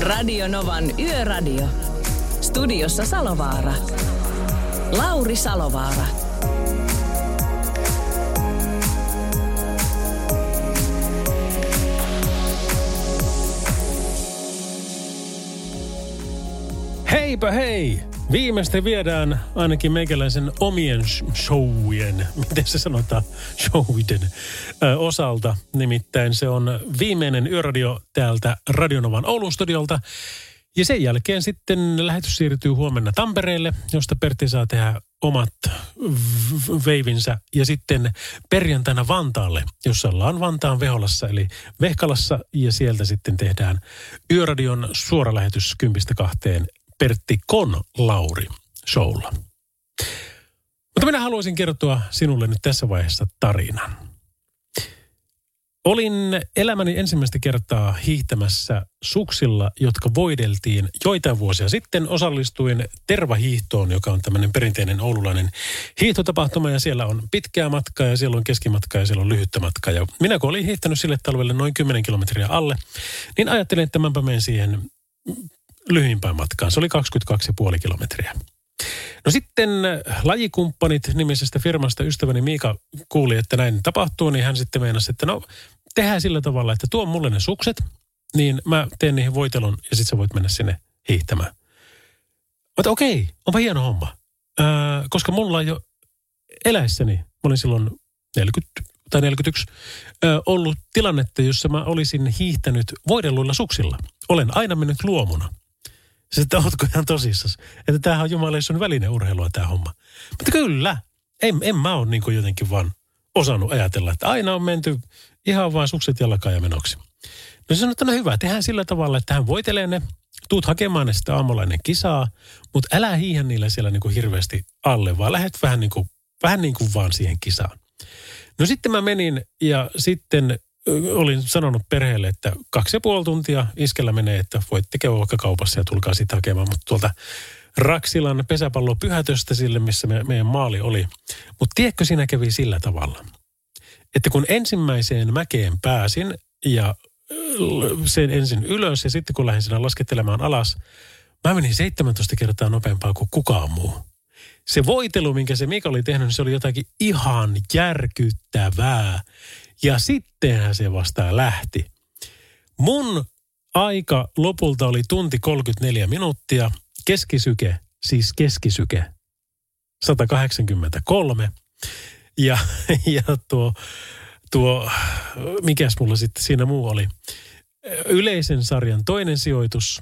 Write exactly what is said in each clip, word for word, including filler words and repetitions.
Radio Novan Yöradio. Studiossa Salovaara. Lauri Salovaara. Heipä hei! Viimeistä viedään ainakin meikäläisen omien showien, miten se sanotaan, showiden ö, osalta. Nimittäin se on viimeinen yöradio täältä Radio Novan Oulun studiolta. Ja sen jälkeen sitten lähetys siirtyy huomenna Tampereelle, josta Pertti saa tehdä omat veivinsä. Ja sitten perjantaina Vantaalle, jossa ollaan Vantaan Veholassa eli Vehkalassa. Ja sieltä sitten tehdään yöradion suoralähetys kympistä kahteen Pertti Kon Lauri showlla. Mutta minä haluaisin kertoa sinulle nyt tässä vaiheessa tarinan. Olin elämäni ensimmäistä kertaa hiihtämässä suksilla, jotka voideltiin joitain vuosia sitten. Osallistuin tervahiihtoon, joka on tämmöinen perinteinen oululainen hiihtotapahtuma. Ja siellä on pitkää matkaa ja siellä on keskimatkaa ja siellä on lyhyttä matkaa. Ja minä kun olin hiihtänyt sille talvelle noin kymmenen kilometriä alle, niin ajattelin, että mäpä menen siihen lyhyimpään matkaan. Se oli kaksikymmentäkaksi pilkku viisi kilometriä. No sitten lajikumppanit nimisestä firmasta ystäväni Miika kuuli, että näin tapahtuu, niin hän sitten meinasi, että no tehdään sillä tavalla, että tuo mulle ne sukset, niin mä teen niihin voitelun ja sitten sä voit mennä sinne hiihtämään. Mutta okei, onpa hieno homma. Ää, koska mulla on jo eläessäni, mä olin silloin neljäkymmentä tai neljäkymmentäyksi, ää, ollut tilannetta, jossa mä olisin hiihtänyt voidelluilla suksilla. Olen aina mennyt luomuna. Sitten ootko ihan tosissas, että tämähän on jumaleisson välineurheilua tämä homma. Mutta kyllä, en, en mä ole niin kuin jotenkin vaan osannut ajatella, että aina on menty ihan vaan sukset jalkaan ja menoksi. No se sanoi, että no hyvä, tehdään sillä tavalla, että hän voitelee ne, tuut hakemaan ne sitten aamulla ennen kisaa, mutta älä hiihä niillä siellä niin kuin hirveästi alle, vaan lähdet vähän niin kuin, vähän niin kuin vaan siihen kisaan. No sitten mä menin ja sitten olin sanonut perheelle, että kaksi ja puoli tuntia iskellä menee, että voitte käydä vaikka kaupassa ja tulkaa sitten hakemaan. Mutta tuolta Raksilan pesäpallopyhätöstä sille, missä me, meidän maali oli. Mutta tiedätkö, siinä kävi sillä tavalla, että kun ensimmäiseen mäkeen pääsin ja sen ensin ylös ja sitten kun lähdin sinä laskettelemaan alas, mä menin seitsemäntoista kertaa nopeampaa kuin kukaan muu. Se voitelu, minkä se Mika oli tehnyt, se oli jotakin ihan järkyttävää. Ja sittenhän se vasta lähti. Mun aika lopulta oli tunti kolmekymmentäneljä minuuttia. Keskisyke, siis keskisyke, sata kahdeksankymmentäkolme. Ja, ja tuo, tuo, mikäs mulla sitten siinä muu oli? Yleisen sarjan toinen sijoitus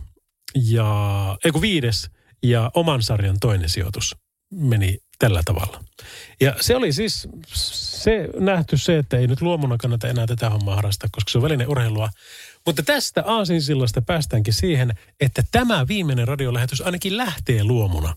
ja, eiku viides ja oman sarjan toinen sijoitus meni tällä tavalla. Ja se oli siis se nähty se, että ei nyt luomuna kannata enää tätä hommaa harrastaa, koska se on välineurheilua. Mutta tästä aasinsillasta päästäänkin siihen, että tämä viimeinen radiolähetys ainakin lähtee luomuna.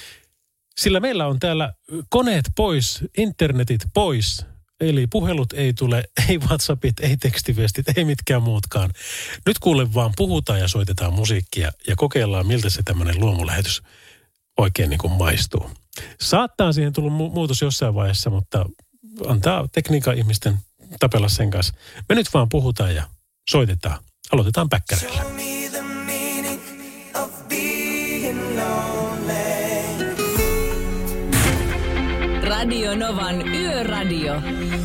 Sillä meillä on täällä koneet pois, internetit pois, eli puhelut ei tule, ei WhatsAppit, ei tekstiviestit, ei mitkään muutkaan. Nyt kuule vaan puhutaan ja soitetaan musiikkia ja kokeillaan, miltä se tämmöinen luomulähetys oikein niin kuin maistuu. Saattaa siihen tulla mu- muutos jossain vaiheessa, mutta antaa tekniikan ihmisten tapella sen kanssa. Me nyt vaan puhutaan ja soitetaan. Aloitetaan päkkäreillä. Radio Novan Yöradio.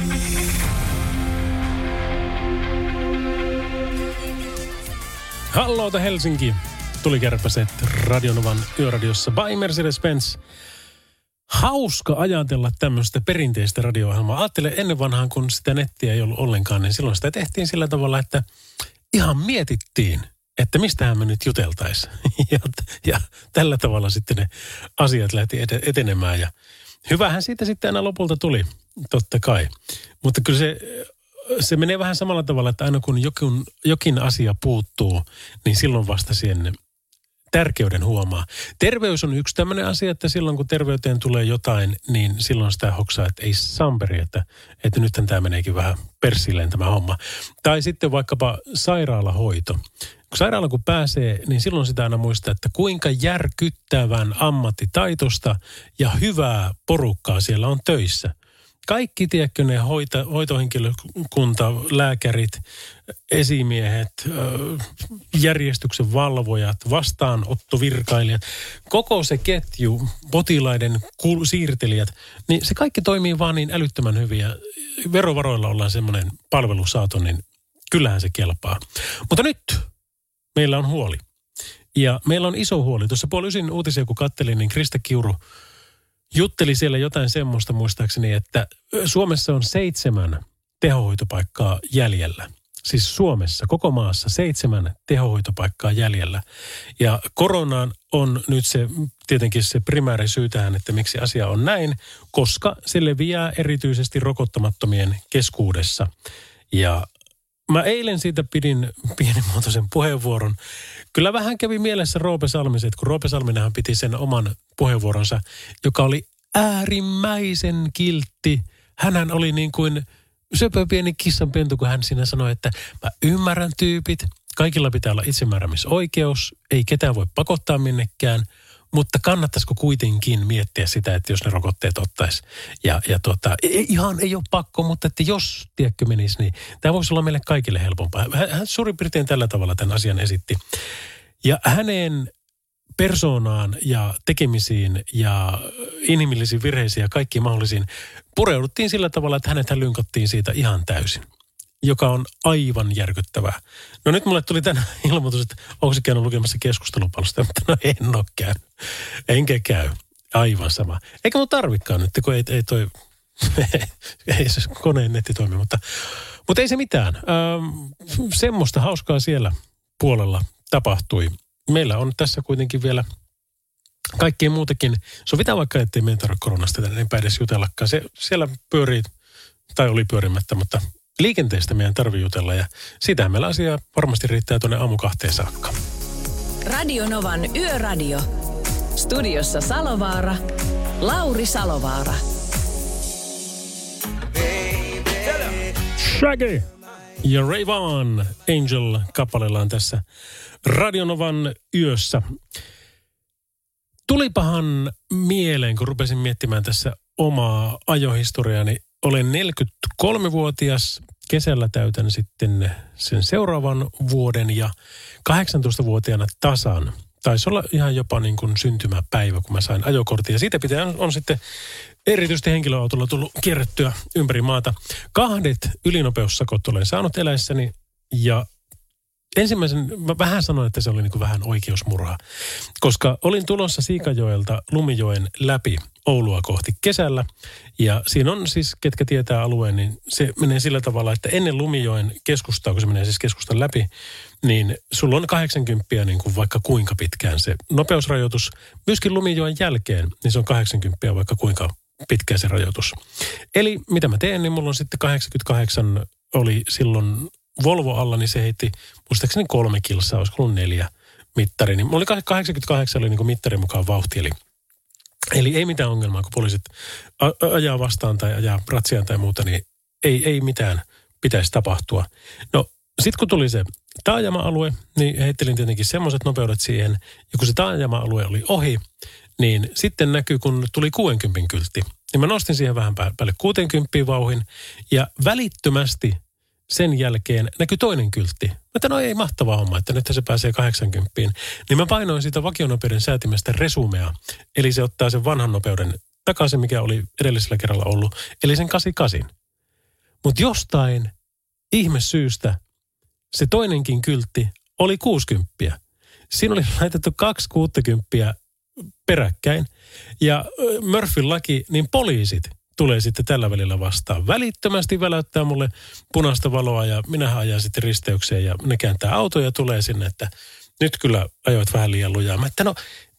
Halloota Helsinki. Tuli kärpäset Radio Novan Yöradiossa by Mercedes-Benz. Hauska ajatella tämmöistä perinteistä radio-ohjelmaa. Ajattele ennen vanhaan, kun sitä nettiä ei ollut ollenkaan, niin silloin sitä tehtiin sillä tavalla, että ihan mietittiin, että mistähän me nyt juteltaisiin. Ja, ja tällä tavalla sitten ne asiat lähti etenemään. Ja hyvähän siitä sitten aina lopulta tuli, totta kai. Mutta kyllä se, se menee vähän samalla tavalla, että aina kun jokin, jokin asia puuttuu, niin silloin vasta siihen tärkeyden huomaa. Terveys on yksi tämmöinen asia, että silloin kun terveyteen tulee jotain, niin silloin sitä hoksaa, että ei samperi, että, että nythän tämä meneekin vähän persilleen tämä homma. Tai sitten vaikkapa sairaalahoito. Kun sairaala kun pääsee, niin silloin sitä aina muistaa, että kuinka järkyttävän ammattitaitosta ja hyvää porukkaa siellä on töissä. Kaikki, tiedätkö, ne hoito, hoitohenkilökunta, lääkärit, esimiehet, järjestyksen valvojat, vastaanottovirkailijat, koko se ketju, potilaiden siirtelijät, niin se kaikki toimii vaan niin älyttömän hyvin. Ja verovaroilla ollaan semmoinen palvelu saatu, niin kyllähän se kelpaa. Mutta nyt meillä on huoli. Ja meillä on iso huoli. Tuossa puoli ysin uutisia, kun kattelin, niin Krista Kiuru jutteli siellä jotain semmoista muistaakseni, että Suomessa on seitsemän tehohoitopaikkaa jäljellä. Siis Suomessa, koko maassa seitsemän tehohoitopaikkaa jäljellä. Ja koronaan on nyt se tietenkin se primääri syy tähän, että miksi asia on näin, koska se leviää erityisesti rokottamattomien keskuudessa. Ja mä eilen siitä pidin pienimuotoisen puheenvuoron. Kyllä vähän kävi mielessä Roope Salmiset, kun Roope Salminenhan piti sen oman puheenvuoronsa, joka oli äärimmäisen kiltti. Hänhän oli niin kuin söpö pieni kissanpentu, kun hän siinä sanoi, että mä ymmärrän tyypit, kaikilla pitää olla itsemääräämisoikeus, ei ketään voi pakottaa minnekään, mutta kannattaisiko kuitenkin miettiä sitä, että jos ne rokotteet ottaisi. Ja, ja tuota, ihan ei ole pakko, mutta että jos, tiedätkö, menisi, niin tämä voisi olla meille kaikille helpompaa. Hän suurin piirtein tällä tavalla tämän asian esitti. Ja hänen persoonaan ja tekemisiin ja inhimillisiin virheisiin ja kaikkiin mahdollisiin pureuduttiin sillä tavalla, että hänet lynkattiin siitä ihan täysin, joka on aivan järkyttävää. No nyt mulle tuli tänään ilmoitus, että onko se käynyt lukemassa keskustelupalstoja, mutta no en ole käynyt. Enkä käy. Aivan sama. Eikä mun tarvikaan nyt, kun ei, ei toi, ei se koneen netti toimi, mutta, mutta ei se mitään. Ähm, semmoista hauskaa siellä puolella tapahtui. Meillä on tässä kuitenkin vielä kaikkea muutakin. Sovitaan vaikka, ettei meidän tarvitse koronasta tänne enempää edes jutellakaan. Se siellä pyörii, tai oli pyörimättä, mutta liikenteestä meidän tarvii jutella ja siitähän meillä asiaa varmasti riittää tuonne aamukahteen saakka. Radio Novan Yöradio. Studiossa Salovaara. Lauri Salovaara. Shaggy ja Ray Vaughan Angel-kappaleellaan tässä Radio Novan yössä. Tulipahan mieleen, kun rupesin miettimään tässä omaa ajohistoriaani. Olen neljäkymmentäkolmevuotias, kesällä täytän sitten sen seuraavan vuoden ja kahdeksantoistavuotiaana tasan. Taisi olla ihan jopa niin kuin syntymäpäivä, kun mä sain ajokortin. Ja siitä pitää on, on sitten erityisesti henkilöautolla tullut kierrettyä ympäri maata. Kahdet ylinopeussakot olen saanut eläessäni ja ensimmäisen, mä vähän sanoin, että se oli niin kuin vähän oikeusmurha, koska olin tulossa Siikajoelta Lumijoen läpi Oulua kohti kesällä. Ja siinä on siis, ketkä tietää alueen, niin se menee sillä tavalla, että ennen Lumijoen keskustaa, kun se menee siis keskustan läpi, niin sulla on kahdeksankymmentä niin kuin vaikka kuinka pitkään se nopeusrajoitus. Myöskin Lumijoen jälkeen, niin se on kahdeksankymmentä vaikka kuinka pitkään se rajoitus. Eli mitä mä teen, niin mulla on sitten kahdeksankymmentäkahdeksan oli silloin Volvo alla, niin se heitti muistaakseni kolme kilsaa, olisiko ollut neljä mittari. Niin mulla oli kahdeksankymmentäkahdeksan oli niin kuin mittarin mukaan vauhti, eli, eli ei mitään ongelmaa, kun poliisit a- ajaa vastaan tai ajaa ratsiaan tai muuta, niin ei, ei mitään pitäisi tapahtua. No sitten kun tuli se taajama-alue, niin heittelin tietenkin semmoiset nopeudet siihen, ja kun se taajama-alue oli ohi, niin sitten näkyy, kun tuli kuudenkymmenen kyltti. Niin mä nostin siihen vähän päälle kuudenkymmenen vauhin, ja välittömästi sen jälkeen näkyi toinen kyltti. Mutta no ei mahtava homma, että nyt se pääsee kahdeksankymmentä. Niin mä painoin siitä vakionopeuden säätimestä resumea. Eli se ottaa sen vanhan nopeuden takaisin, mikä oli edellisellä kerralla ollut. Eli sen kahdeksankymmentäkahdeksan. Mutta jostain ihmesyystä se toinenkin kyltti oli kuusikymmentä. Siinä oli laitettu kaksi kuusikymmentä peräkkäin. Ja Murphyn laki, niin poliisit tulee sitten tällä välillä vastaan. Välittömästi väläyttää mulle punaista valoa ja minähän ajan sitten risteykseen ja ne kääntää autoja ja tulee sinne, että nyt kyllä ajoit vähän liian lujaa. Mä että no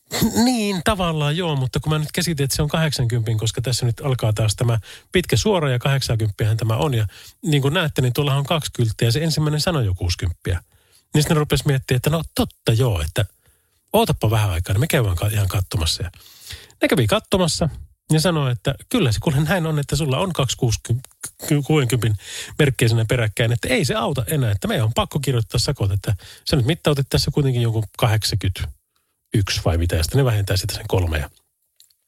niin tavallaan joo, mutta kun mä nyt käsitin, että se on kahdeksankymmentä, koska tässä nyt alkaa taas tämä pitkä suora ja kahdeksankymmentä tämä on. Ja niin kuin näette, niin tuollahan on kaksi kylttiä ja se ensimmäinen sanoi jo kuusikymmentä. Niin sitten ne rupesi miettimään, että no totta joo, että ootappa vähän aikaa, niin me käydään ihan katsomassa. Ja ne kävi katsomassa. Ja sanoi, että kyllä se kuule näin on, että sulla on kaksi kuusikymmentä merkkeisenä peräkkäin, että ei se auta enää, että meidän on pakko kirjoittaa sakot, että sä nyt mittautit tässä kuitenkin jonkun kahdeksankymmentäyksi vai mitä, ja sitten ne vähentää sitä sen kolme. Ja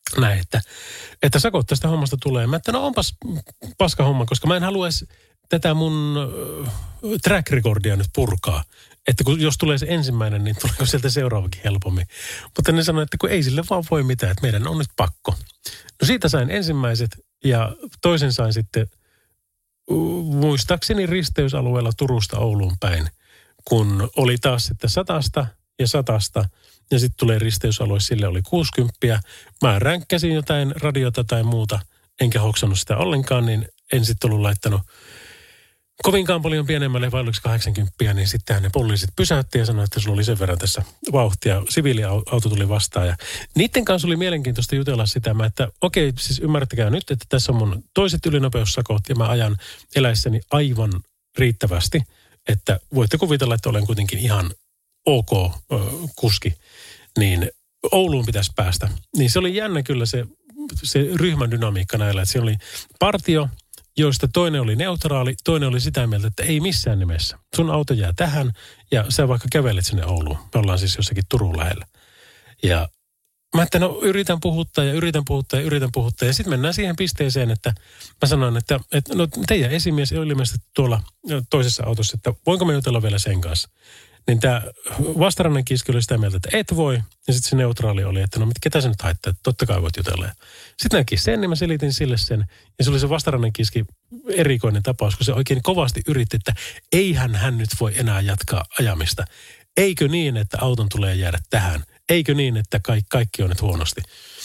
näin, että, että sakot tästä hommasta tulee. Mä että no onpas paska homma, koska mä en halua edes tätä mun track recordia nyt purkaa. Että kun, jos tulee se ensimmäinen, niin tuleeko sieltä seuraavakin helpommin. Mutta ne sanoi, että kun ei sille vaan voi mitään, että meidän on nyt pakko. No siitä sain ensimmäiset ja toisen sain sitten muistaakseni risteysalueella Turusta Ouluun päin, kun oli taas sitten satasta ja satasta ja sitten tulee risteysalue, sille oli kuusikymmentä. Mä ränkkäsin jotain radiota tai muuta, enkä hoksannut sitä ollenkaan, niin en sitten ollut laittanut kovinkaan paljon pienemmälle, vai oliko kahdeksankymmentä, niin sittenhän ne poliisit pysäytti ja sanoi, että sulla oli sen verran tässä vauhtia. Siviiliauto tuli vastaan ja niiden kanssa oli mielenkiintoista jutella sitä, että okei, siis ymmärtäkää nyt, että tässä on mun toiset ylinopeussakot ja mä ajan eläissäni aivan riittävästi, että voitte kuvitella, että olen kuitenkin ihan ok kuski, niin Ouluun pitäisi päästä. Niin se oli jännä kyllä se, se ryhmän dynamiikka näillä, että siellä oli partio, joista toinen oli neutraali, toinen oli sitä mieltä, että ei missään nimessä. Sun auto jää tähän ja sä vaikka kävelet sinne Ouluun. Me ollaan siis jossakin Turun lähellä. Ja mä että no yritän puhuttaa ja yritän puhuttaa ja yritän puhuttaa. Ja sitten mennään siihen pisteeseen, että mä sanoin, että, että no teidän esimies oli ilmeisesti tuolla toisessa autossa, että voinko me jutella vielä sen kanssa. Niin tämä vastarainen kiski oli sitä mieltä, että et voi. Ja sitten se neutraali oli, että no ketä sä nyt haittaa, että totta kai voit jutella. Sitten näki sen, niin mä selitin sille sen. Ja se oli se vastarainen kiski erikoinen tapaus, kun se oikein kovasti yritti, että eihän hän nyt voi enää jatkaa ajamista. Eikö niin, että auton tulee jäädä tähän? Eikö niin, että kaikki, kaikki on nyt huonosti?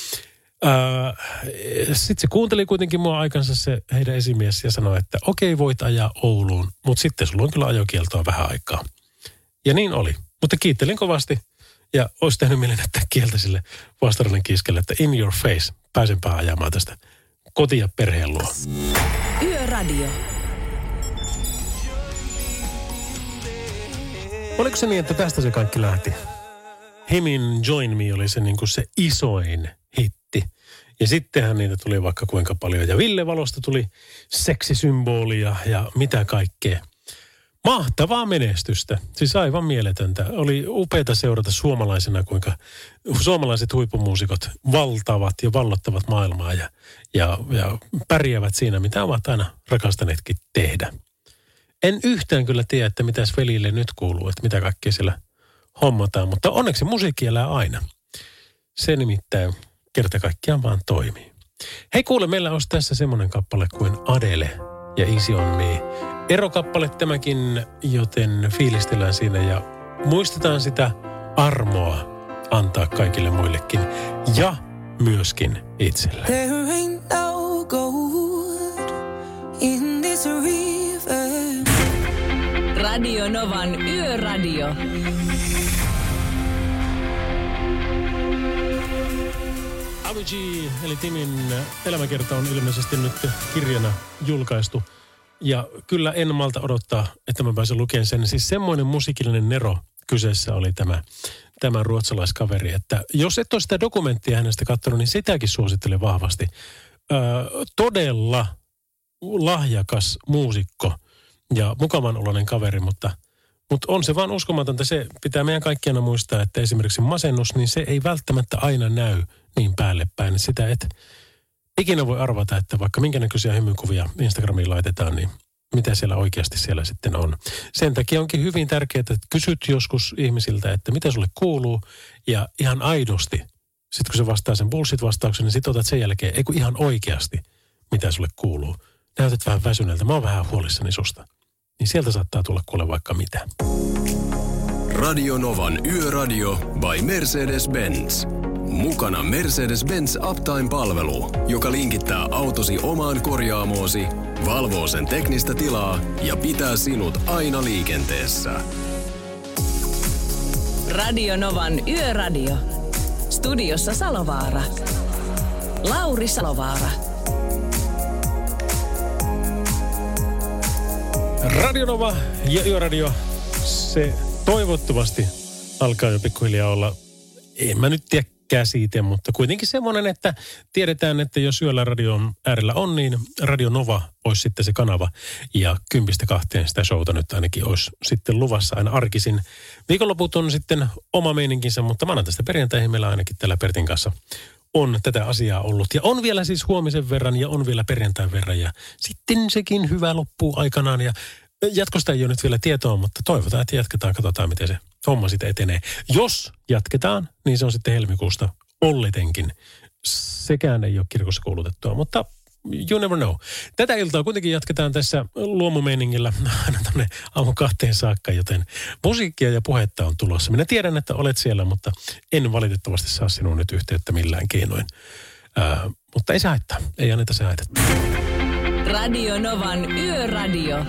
Sitten se kuunteli kuitenkin mua aikansa se heidän esimies ja sanoi, että okei voit ajaa Ouluun, mutta sitten sulla on kyllä ajokieltoa vähän aikaa. Ja niin oli. Mutta kiittelin kovasti ja olisi tehnyt mielen, että kieltä sille vastarainen kiskelle, että in your face, pääsenpä ajamaan tästä koti- ja perheen luo. Yöradio. Oliko se niin, että tästä se kaikki lähti? Himin Join Me oli se, niin kuin se isoin hitti. Ja sittenhän niitä tuli vaikka kuinka paljon. Ja Ville Valosta tuli seksisymbolia ja mitä kaikkea. Mahtavaa menestystä. Siis aivan mieletöntä. Oli upeata seurata suomalaisena, kuinka suomalaiset huippumuusikot valtavat ja vallottavat maailmaa ja, ja, ja pärjäävät siinä, mitä ovat aina rakastaneetkin tehdä. En yhtään kyllä tiedä, että mitäs velille nyt kuuluu, että mitä kaikkea siellä hommataan, mutta onneksi musiikki elää aina. Se nimittäin kerta kaikkiaan vaan toimii. Hei kuule, meillä olisi tässä semmoinen kappale kuin Adele ja Easy on Me. Erokappale tämäkin, joten fiilistellään siinä ja muistetaan sitä armoa antaa kaikille muillekin ja myöskin itselle. There ain't no gold in this river. Radio Novan Yöradio. Avicii eli Timin elämäkerta on ilmeisesti nyt kirjana julkaistu. Ja kyllä en malta odottaa, että mä pääsen lukemaan sen. Siis semmoinen musiikillinen nero kyseessä oli tämä, tämä ruotsalaiskaveri. Että jos et ole sitä dokumenttia hänestä katsonut, niin sitäkin suosittelen vahvasti. Öö, todella lahjakas muusikko ja mukavan oloinen kaveri, mutta, mutta on se vaan uskomatonta. Se pitää meidän kaikkiana muistaa, että esimerkiksi masennus, niin se ei välttämättä aina näy niin päälle päin. Sitä et ikinä voi arvata, että vaikka minkä näköisiä hymykuvia Instagramiin laitetaan, niin mitä siellä oikeasti siellä sitten on. Sen takia onkin hyvin tärkeää, että kysyt joskus ihmisiltä, että mitä sulle kuuluu, ja ihan aidosti, sitten kun se vastaa sen bullshit-vastauksen, niin sitten otat sen jälkeen, ei kun ihan oikeasti, mitä sulle kuuluu. Näytät vähän väsyneeltä, mä oon vähän huolissani susta. Niin sieltä saattaa tulla kuule vaikka mitä. Radio Novan Yöradio by Mercedes-Benz. Mukana Mercedes-Benz Uptime-palvelu, joka linkittää autosi omaan korjaamoosi, valvoo sen teknistä tilaa ja pitää sinut aina liikenteessä. Radio Novan Yöradio. Studiossa Salovaara. Lauri Salovaara. Radio Nova ja Yöradio, se toivottavasti alkaa jo pikkuhiljaa olla, en mä nyt tiedä käsite, mutta kuitenkin semmoinen, että tiedetään, että jos yöllä radion äärellä on, niin Radio Nova olisi sitten se kanava. Ja kympistä kahteen sitä showta nyt ainakin olisi sitten luvassa aina arkisin. Viikonloput on sitten oma meininkinsä, mutta maanantaista perjantaihin meillä ainakin täällä Pertin kanssa on tätä asiaa ollut. Ja on vielä siis huomisen verran ja on vielä perjantain verran ja sitten sekin hyvä loppuu aikanaan. Ja jatkosta ei ole nyt vielä tietoa, mutta toivotaan, että jatketaan. Katsotaan, miten se homma sitten etenee. Jos jatketaan, niin se on sitten helmikuusta ollitenkin. Sekään ei ole kirkossa kuulutettua, mutta you never know. Tätä iltaa kuitenkin jatketaan tässä luomumeiningillä aina tuonne aamu kahteen saakka, joten musiikkia ja puhetta on tulossa. Minä tiedän, että olet siellä, mutta en valitettavasti saa sinun nyt yhteyttä millään keinoin. Ää, mutta ei se haittaa, ei anneta se haitetta. Radio Novan Yöradio.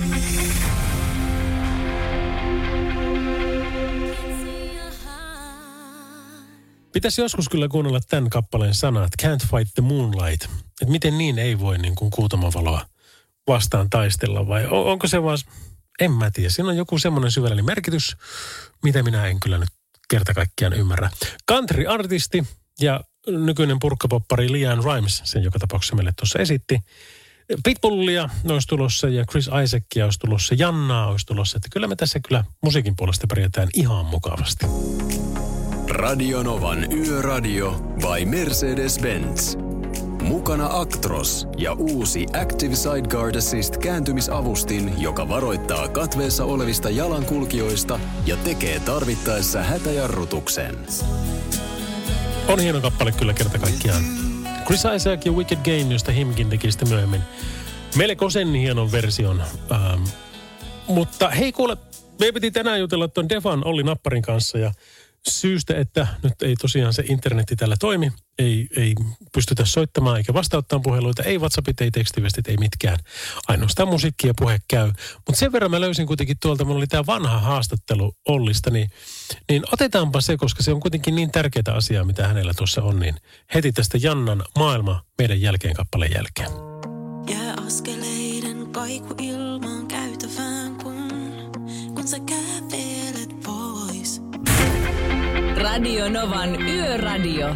Pitäisi joskus kyllä kuunnella tämän kappaleen sanat, Can't Fight the Moonlight. Että miten niin ei voi niin kuin kuutamavaloa vastaan taistella vai on, onko se vaan, en mä tiedä. Siinä on joku semmoinen syvällinen merkitys, mitä minä en kyllä nyt kerta kaikkiaan ymmärrä. Country-artisti ja nykyinen purkkapoppari LeAnn Rimes, sen joka tapauksessa meille tuossa esitti. Pitbullia olisi tulossa ja Chris Isaacia olisi tulossa, Jannaa olisi tulossa. Että kyllä me tässä kyllä musiikin puolesta pärjätään ihan mukavasti. Radio Novan Yöradio by Mercedes-Benz. Mukana Actros ja uusi Active Sideguard Assist kääntymisavustin, joka varoittaa katveessa olevista jalankulkijoista ja tekee tarvittaessa hätäjarrutuksen. On hieno kappale kyllä kerta kaikkiaan. Chris Isaac ja Wicked Game, josta Himkin teki sitä myöhemmin melkoisen hienon version. Ähm, mutta hei kuule, me piti tänään jutella tuon Defan Olli Napparin kanssa ja syystä, että nyt ei tosiaan se internetti täällä toimi, ei, ei pystytä soittamaan eikä vastauttaan puheluita, ei WhatsAppit, ei tekstiviestit, ei mitkään. Ainoastaan musiikki ja puhe käy. Mutta sen verran mä löysin kuitenkin tuolta, mulla oli tää vanha haastattelu Ollista, niin, niin otetaanpa se, koska se on kuitenkin niin tärkeää asiaa, mitä hänellä tuossa on, niin heti tästä Jannan Maailma meidän jälkeen kappaleen jälkeen. Jää askeleiden kaiku ilmaan käytävään, kun, kun sä kävelet pois. Radio Novan Yöradio.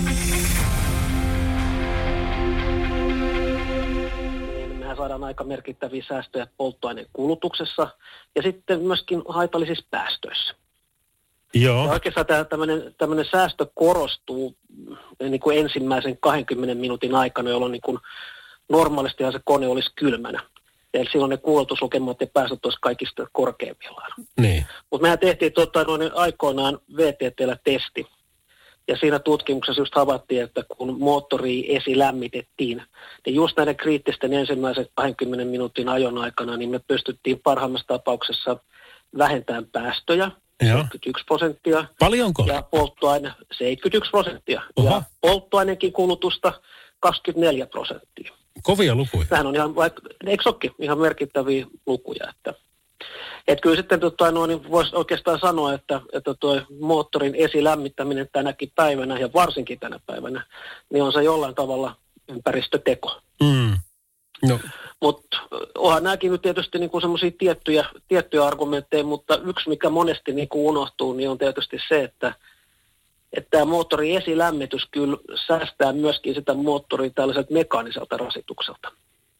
Mehän saadaan aika merkittäviä säästöjä polttoaineen kulutuksessa ja sitten myöskin haitallisissa päästöissä. Joo. Ja oikeastaan tämmöinen, tämmöinen säästö korostuu niin kuin ensimmäisen kahdenkymmenen minuutin aikana, jolloin niin kuin normaalistihan se kone olisi kylmänä. Eli silloin ne kuulutuslukemat ja päästöt olisi kaikista korkeimmillaan. Niin. Mutta mehän tehtiin tota, noin aikoinaan V T T:llä testi. Ja siinä tutkimuksessa just havaittiin, että kun moottori esilämmitettiin, niin just näiden kriittisten ensimmäisen kahdenkymmenen minuutin ajon aikana, niin me pystyttiin parhaimmassa tapauksessa vähentämään päästöjä. Joo. seitsemänkymmentäyksi prosenttia. Paljonko? Ja polttoaine seitsemänkymmentäyksi prosenttia. Oha. Ja polttoaineenkin kulutusta kaksikymmentäneljä prosenttia. Kovia lukuja. Tämähän on ihan, eikö olekin, ihan merkittäviä lukuja. Että, että kyllä sitten tota, no, niin voisi oikeastaan sanoa, että, että tuo moottorin esilämmittäminen tänäkin päivänä ja varsinkin tänä päivänä, niin on se jollain tavalla ympäristöteko. Mm. No. Mutta onhan nämäkin nyt tietysti niin semmoisia tiettyjä, tiettyjä argumentteja, mutta yksi mikä monesti niin kuin unohtuu, niin on tietysti se, että että tämä moottorin esilämmitys kyllä säästää myöskin sitä moottoria tällaiselta mekaaniselta rasitukselta.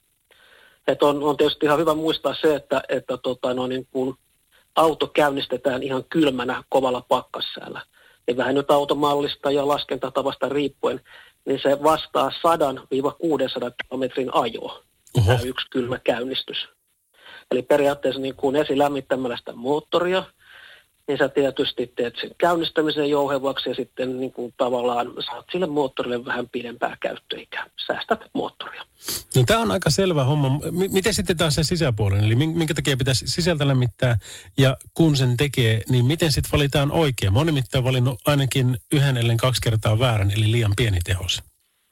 Että on, on tietysti ihan hyvä muistaa se, että, että tota, no, niin kun auto käynnistetään ihan kylmänä kovalla pakkassäällä, niin vähän nyt automallista ja laskentatavasta riippuen, niin se vastaa sadasta kuuteensataan kilometrin ajoa, tämä yksi kylmä käynnistys. Eli periaatteessa niin kun esilämmittämällä sitä moottoria, niin sä tietysti teet sen käynnistämisen jouhevaksi ja sitten niin kuin tavallaan saat sille moottorille vähän pidempää käyttöikää. Säästät moottoria. No tämä on aika selvä homma. M- miten sitten taas se sisäpuolen? Eli minkä takia pitäisi sisältä lämmittää ja kun sen tekee, niin miten sitten valitaan oikein? Mä oon nimittäin valinnut ainakin yhden ellen kaksi kertaa väärän, eli liian pieni tehos.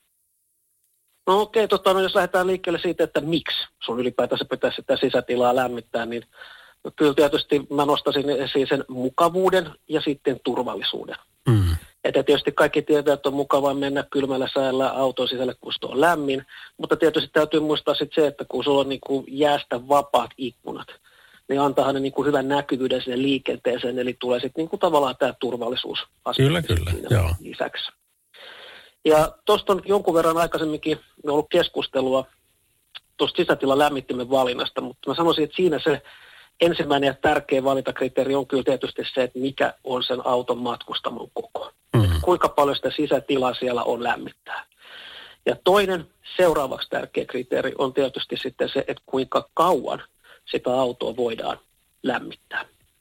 No okei, okay, tota, no jos lähdetään liikkeelle siitä, että miksi sun ylipäätänsä pitäisi sitä sisätilaa lämmittää, niin kyllä tietysti mä nostaisin esiin sen mukavuuden ja sitten turvallisuuden. Mm. Että tietysti kaikki tietää, että on mukavaa mennä kylmällä säällä auton sisälle, kun se on lämmin. Mutta tietysti täytyy muistaa sitten se, että kun sulla on niin kuin jäästä vapaat ikkunat, niin antaa ne niin kuin hyvän näkyvyyden sinne liikenteeseen. Eli tulee sitten niin kuin tavallaan tämä turvallisuus kyllä, kyllä, joo. lisäksi. Ja tuosta on jonkun verran aikaisemminkin ollut keskustelua tuosta sisätilan lämmittimen valinnasta, mutta mä sanoisin, että siinä se ensimmäinen ja tärkeä valintakriteeri on kyllä tietysti se, että mikä on sen auton matkustamon koko. Mm-hmm. Kuinka paljon sitä sisätilaa siellä on lämmittää. Ja toinen seuraavaksi tärkeä kriteeri on tietysti sitten se, että kuinka kauan sitä autoa voidaan lämmittää.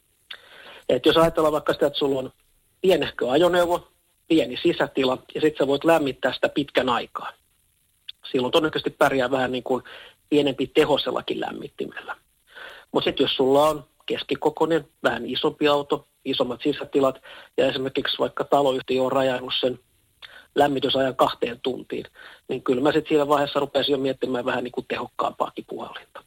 Et jos ajatellaan vaikka sitä, että sulla on pienehkö ajoneuvo, pieni sisätila, ja sitten sä voit lämmittää sitä pitkän aikaa. Silloin todennäköisesti pärjää vähän niin kuin pienempi tehosellakin lämmittimellä. Mutta sitten jos sulla on keskikokoinen, vähän isompi auto, isommat sisätilat, ja esimerkiksi vaikka taloyhtiö on rajannut sen lämmitysajan kahteen tuntiin, niin kyllä mä sitten siinä vaiheessa rupesin jo miettimään vähän niin kuin tehokkaampaakin puhallinta.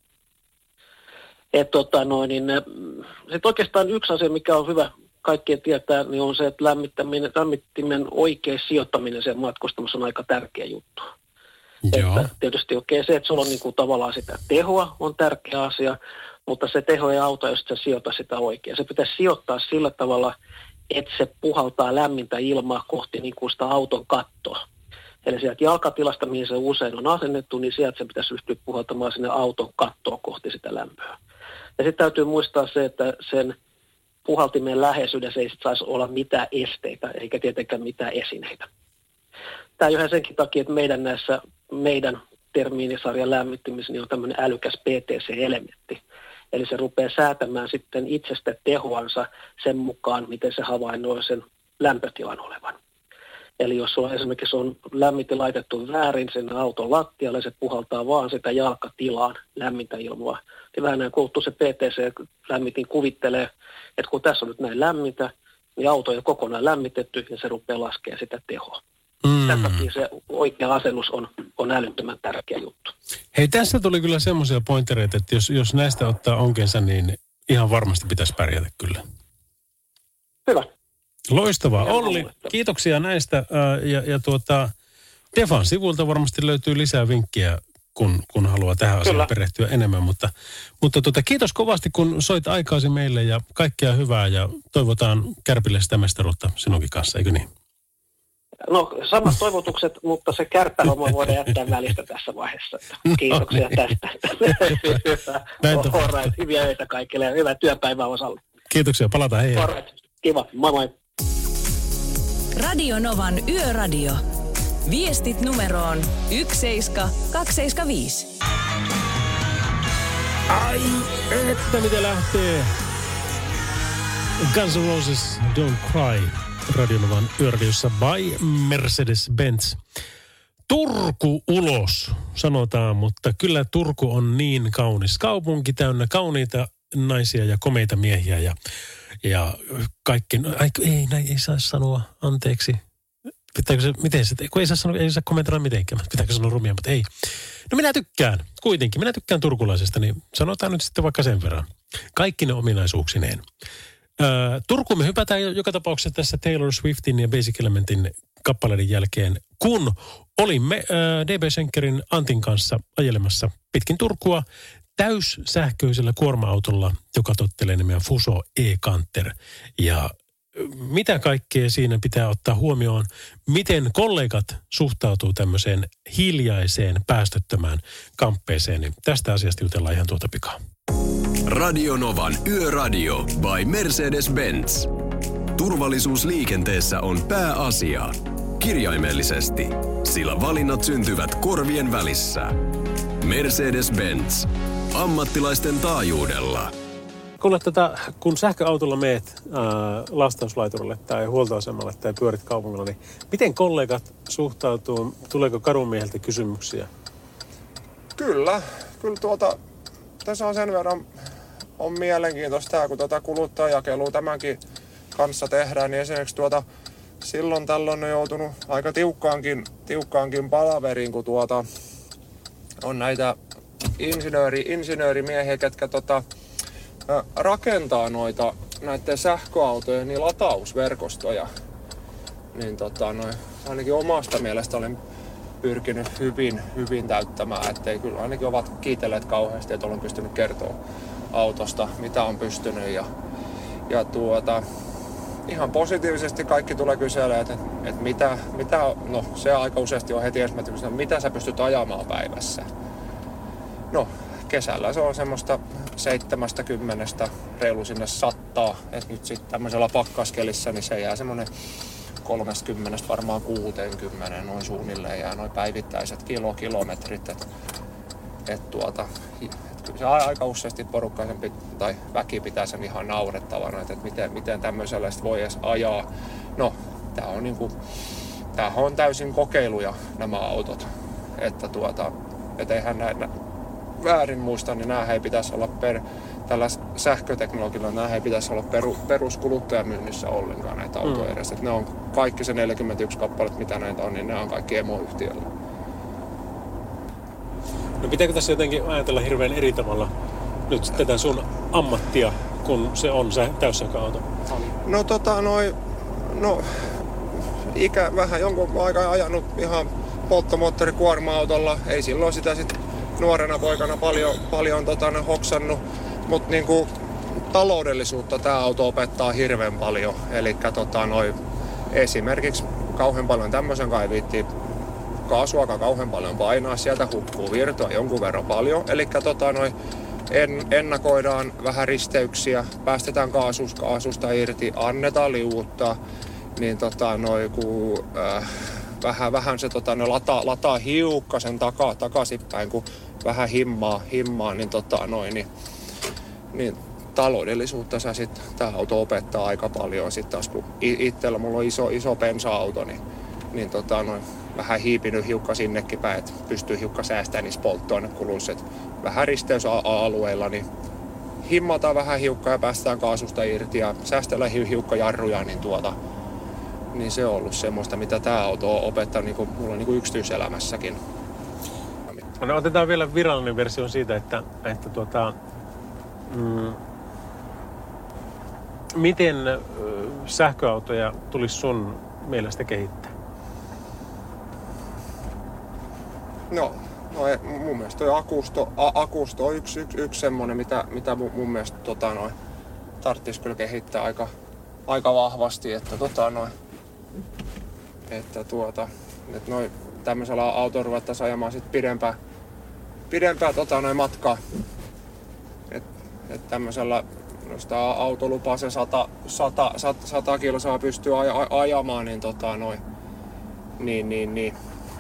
Että tota noin, niin sitten oikeastaan yksi asia, mikä on hyvä kaikkien tietää, niin on se, että lämmittäminen, lämmittimen oikea sijoittaminen sen matkustamassa on aika tärkeä juttu. Että tietysti okei, se, että sulla on niin kuin tavallaan sitä tehoa, on tärkeä asia, mutta se teho ei auta, jos sä sijoita sitä oikein. Se pitäisi sijoittaa sillä tavalla, että se puhaltaa lämmintä ilmaa kohti niin kuin sitä auton kattoa. Eli sieltä jalkatilasta, mihin se usein on asennettu, niin sieltä se pitäisi ryhtyä puhaltamaan sinne auton kattoa kohti sitä lämpöä. Ja sitten täytyy muistaa se, että sen puhaltimen läheisyydessä ei sit saisi olla mitään esteitä, eikä tietenkään mitään esineitä. Tämä johon senkin takia, että meidän näissä, meidän termiinisarjan lämmittimissä niin on tämmöinen älykäs P T C-elementti. Eli se rupeaa säätämään sitten itsestä tehoansa sen mukaan, miten se havainnoi sen lämpötilan olevan. Eli jos sulla esimerkiksi on lämmitin laitettu väärin sen auton lattialle, se puhaltaa vaan sitä jalkatilaan lämmintä ilmaa. Ja vähän näin kuluttuu se P T C-lämmitin kuvittelee, että kun tässä on nyt näin lämmintä, niin auto on jo kokonaan lämmitetty ja se rupeaa laskemaan sitä tehoa. Mm. Tämän takia se oikea asennus on, on älyttömän tärkeä juttu. Hei, tässä tuli kyllä semmoisia pointereita, että jos, jos näistä ottaa onkensa, niin ihan varmasti pitäisi pärjätä kyllä. Hyvä. Loistavaa. Olli, kiitoksia näistä. Ja, ja tuota, Defan sivulta varmasti löytyy lisää vinkkiä, kun, kun haluaa tähän asiaan perehtyä enemmän. Mutta, mutta tuota, kiitos kovasti, kun soit aikaasi meille ja kaikkea hyvää ja toivotaan Kärpille sitä mestaruutta sinunkin kanssa, eikö niin? No, samat toivotukset, mutta se kärppähomma voidaan jättää välistä tässä vaiheessa. Kiitoksia tästä. Alright, hyviä öitä kaikille ja hyvää työpäivää osalle. Kiitoksia, palataan hei. Alright, kiva, moi moi. Radio Novan Yöradio. Viestit numeroon yksi seitsemän kaksi seitsemän viisi. Ai, että mitä lähtee. Guns N' Roses, Don't Cry. Radio Novan Yöradiossa by Mercedes-Benz. Turku ulos, sanotaan, mutta kyllä Turku on niin kaunis kaupunki, täynnä kauniita naisia ja komeita miehiä ja, ja kaikki. Ai, ei, näin ei saa sanoa, anteeksi. Pitääkö se, miten se, kun ei saa sanoa, ei saa kommentoida mitenkään, pitääkö sanoa rumia, mutta ei. No minä tykkään, kuitenkin, minä tykkään turkulaisesta, niin sanotaan nyt sitten vaikka sen verran. Kaikki ne ominaisuuksineen. Äh, Turkuun me hypätään joka tapauksessa tässä Taylor Swiftin ja Basic Elementin kappaleiden jälkeen, kun olimme äh, D B Schenkerin Antin kanssa ajelemassa pitkin Turkua täyssähköisellä kuorma-autolla, joka tottelee nimeä Fuso E-Canter. Ja mitä kaikkea siinä pitää ottaa huomioon, miten kollegat suhtautuu tämmöiseen hiljaiseen, päästöttömään kamppeeseen, niin tästä asiasta jutellaan ihan tuota pikaa. Radio Novan Yöradio by Mercedes-Benz. Turvallisuus liikenteessä on pääasia. Kirjaimellisesti, sillä valinnat syntyvät korvien välissä. Mercedes-Benz. Ammattilaisten taajuudella. Kuule, tätä, kun sähköautolla meet ää, lastauslaiturille tai huoltoasemalle tai pyörit kaupungilla, niin miten kollegat suhtautuu? Tuleeko kadunmieheltä kysymyksiä? Kyllä. Kyllä tuota, tässä on sen verran on mielenkiintoista tämä, kun tuota kuluttajakelua tämänkin kanssa tehdään, niin esimerkiksi tuota, silloin tällöin on joutunut aika tiukkaankin, tiukkaankin palaveriin, kun tuota, on näitä insinööri, insinöörimiehiä, ketkä tota, rakentaa noita näiden sähköautojen niin latausverkostoja. Niin tota, noin, ainakin omasta mielestä olen pyrkinyt hyvin, hyvin täyttämään, ettei kyllä ainakin ovat kiitelleet kauheasti, että olen pystynyt kertoa autosta, mitä on pystynyt. Ja, ja tuota, ihan positiivisesti kaikki tulee kyselemään, että, että mitä, mitä, no se aika useasti on heti ensimmäisenä, mitä sä pystyt ajamaan päivässä. No, kesällä se on semmoista seitsemästä kymmenestä reilu sinne sattaa, että nyt sitten tämmöisellä pakkaskelissä, niin se jää semmoinen kolmekymmentä varmaan kuusikymmentä noin suunnilleen ja noin päivittäiset kilo, kilometrit. Että et tuota, et kyllä se aika useasti porukkaisen tai väki pitää sen ihan naurettavana, että et miten, miten tämmöisellä voi edes ajaa. No, tää on niinku, tää on täysin kokeiluja nämä autot. Että tuota, et eihän nä, nä, väärin muista, niin näähän ei pitäisi olla per, tällä sähköteknologialla, näähän ei pitäisi olla peru, peruskuluttajamyynnissä ollenkaan näitä autoja mm. edes. Et ne on kaikki se neljäkymmentäyksi kappaletta, mitä näitä on, niin ne on kaikki emoyhtiöllä. No pitääkö tässä jotenkin ajatella hirveän eri tavalla nyt tätä sun ammattia, kun se on se täyssähköauto? No tota noin, no ikä vähän jonkun aikaa ajanut ihan polttomoottorikuorma-autolla. Ei silloin sitä sit nuorena poikana paljon, paljon tota, hoksannut, mutta niinku taloudellisuutta tämä auto opettaa hirveän paljon. Elikkä tota noin, esimerkiksi kauhean paljon tämmöisen kai viittiin kaasuakaan kauhean paljon painaa, sieltä hukkuu virtoa jonkun verran paljon. Elikkä tota noin, en, ennakoidaan vähän risteyksiä, päästetään kaasus, kaasusta irti, annetaan liuuttaa, niin tota noin, kun äh, vähän, vähän se tota, noin, lataa, lataa hiukkasen takaa, takaisinpäin, kun vähän himmaa, himmaa niin, tota, noin, niin, niin taloudellisuutta sä sit, tää auto opettaa aika paljon. Sitten taas kun itsellä mulla on iso, iso bensa-auto, niin, niin tota, noin, vähän hiipinyt hiukka sinnekin päin, että pystyy hiukka säästämään niissä polttoainekuluissa. Vähän risteysalueilla, niin himmataan vähän hiukkaa ja päästään kaasusta irti ja säästellään hiukka jarruja, niin, tuota, niin se on ollut semmoista, mitä tämä auto on opettanut niin kuin, mulla niin kuin yksityiselämässäkin. No otetaan vielä virallinen versio siitä, että, että tuota, mm, miten ö, sähköautoja tulisi sun mielestä kehittää? No, no mun mielestä toi akusto, a, akusto on yksi, yksi, yksi semmoinen, mitä, mitä mun, mun mielestä tota, noin, tarvitsisi kyllä kehittää aika, aika vahvasti, että tota noin, että tuota, että noin tämmöisellä autolla ruvettaisiin ajamaan sit pidempää, pidempää tota noin matkaa. Että et tämmöisellä, jos tää autolupaa se sata, sata, sata, sata kilsaa pystyy aj, aj, ajamaan, niin tota noin, niin, niin, niin.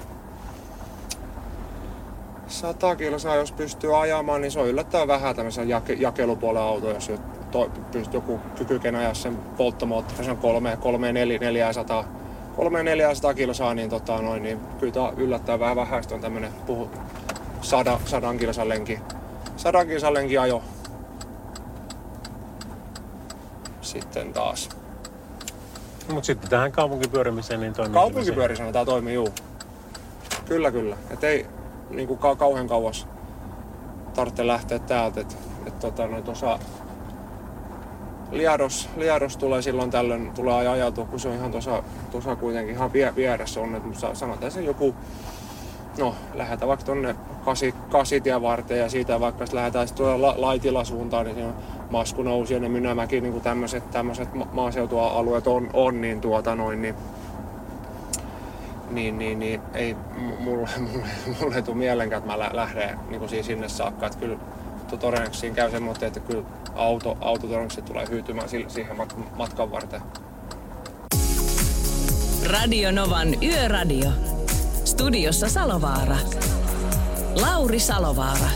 sata kilsaa jos pystyy ajamaan, niin se on yllättävän vähän tämmöisen jake, jakelupuolen auto, jos to, pystyy joku kykyken ajaa sen polttomoottorisen kolme, kolme, neljä, neljäsataa, kolme, neljäsataa kilsaa, niin, tota, noin, niin kyllä tämä yllättävän vähän vähäistä on tämmönen puhu, sada, sadan kilsan lenki, sadan kilsan lenki ajo. Sitten taas. Mutta sitten tähän kaupunkipyörimiseen niin toimii. Kaupunkipyörisenä tämä toimii, juu. Kyllä, kyllä. Et ei niinku ka- kauhean kauas tarvitse lähteä täältä. Et, et tota, no, tuossa Liados, Liados tulee silloin tällöin, tulee ajatua, kun se on ihan tuossa, tuossa kuitenkin ihan vie, vieressä on. Mutta sanotaan sen joku, no lähdetään vaikka tonne kasi, kasitien varteen ja siitä vaikka lähdetään sitten tuolla la, Laitila suuntaan, niin siinä Maskunousien ja Mynämäki, niin tämmöiset tämmöiset ma- maaseutualueet on, on niin tuota noin, niin Niin, niin, niin ei mulle, mulle, mulle ei tule mielenkään, että mä lähden niin siis sinne saakka. Että kyllä todennäköisesti siinä käy semmoinen, että kyllä auto, auto todennäköisesti tulee hyytymään siihen matkan varten. Radio Novan Yöradio. Studiossa Salovaara. Lauri Salovaara.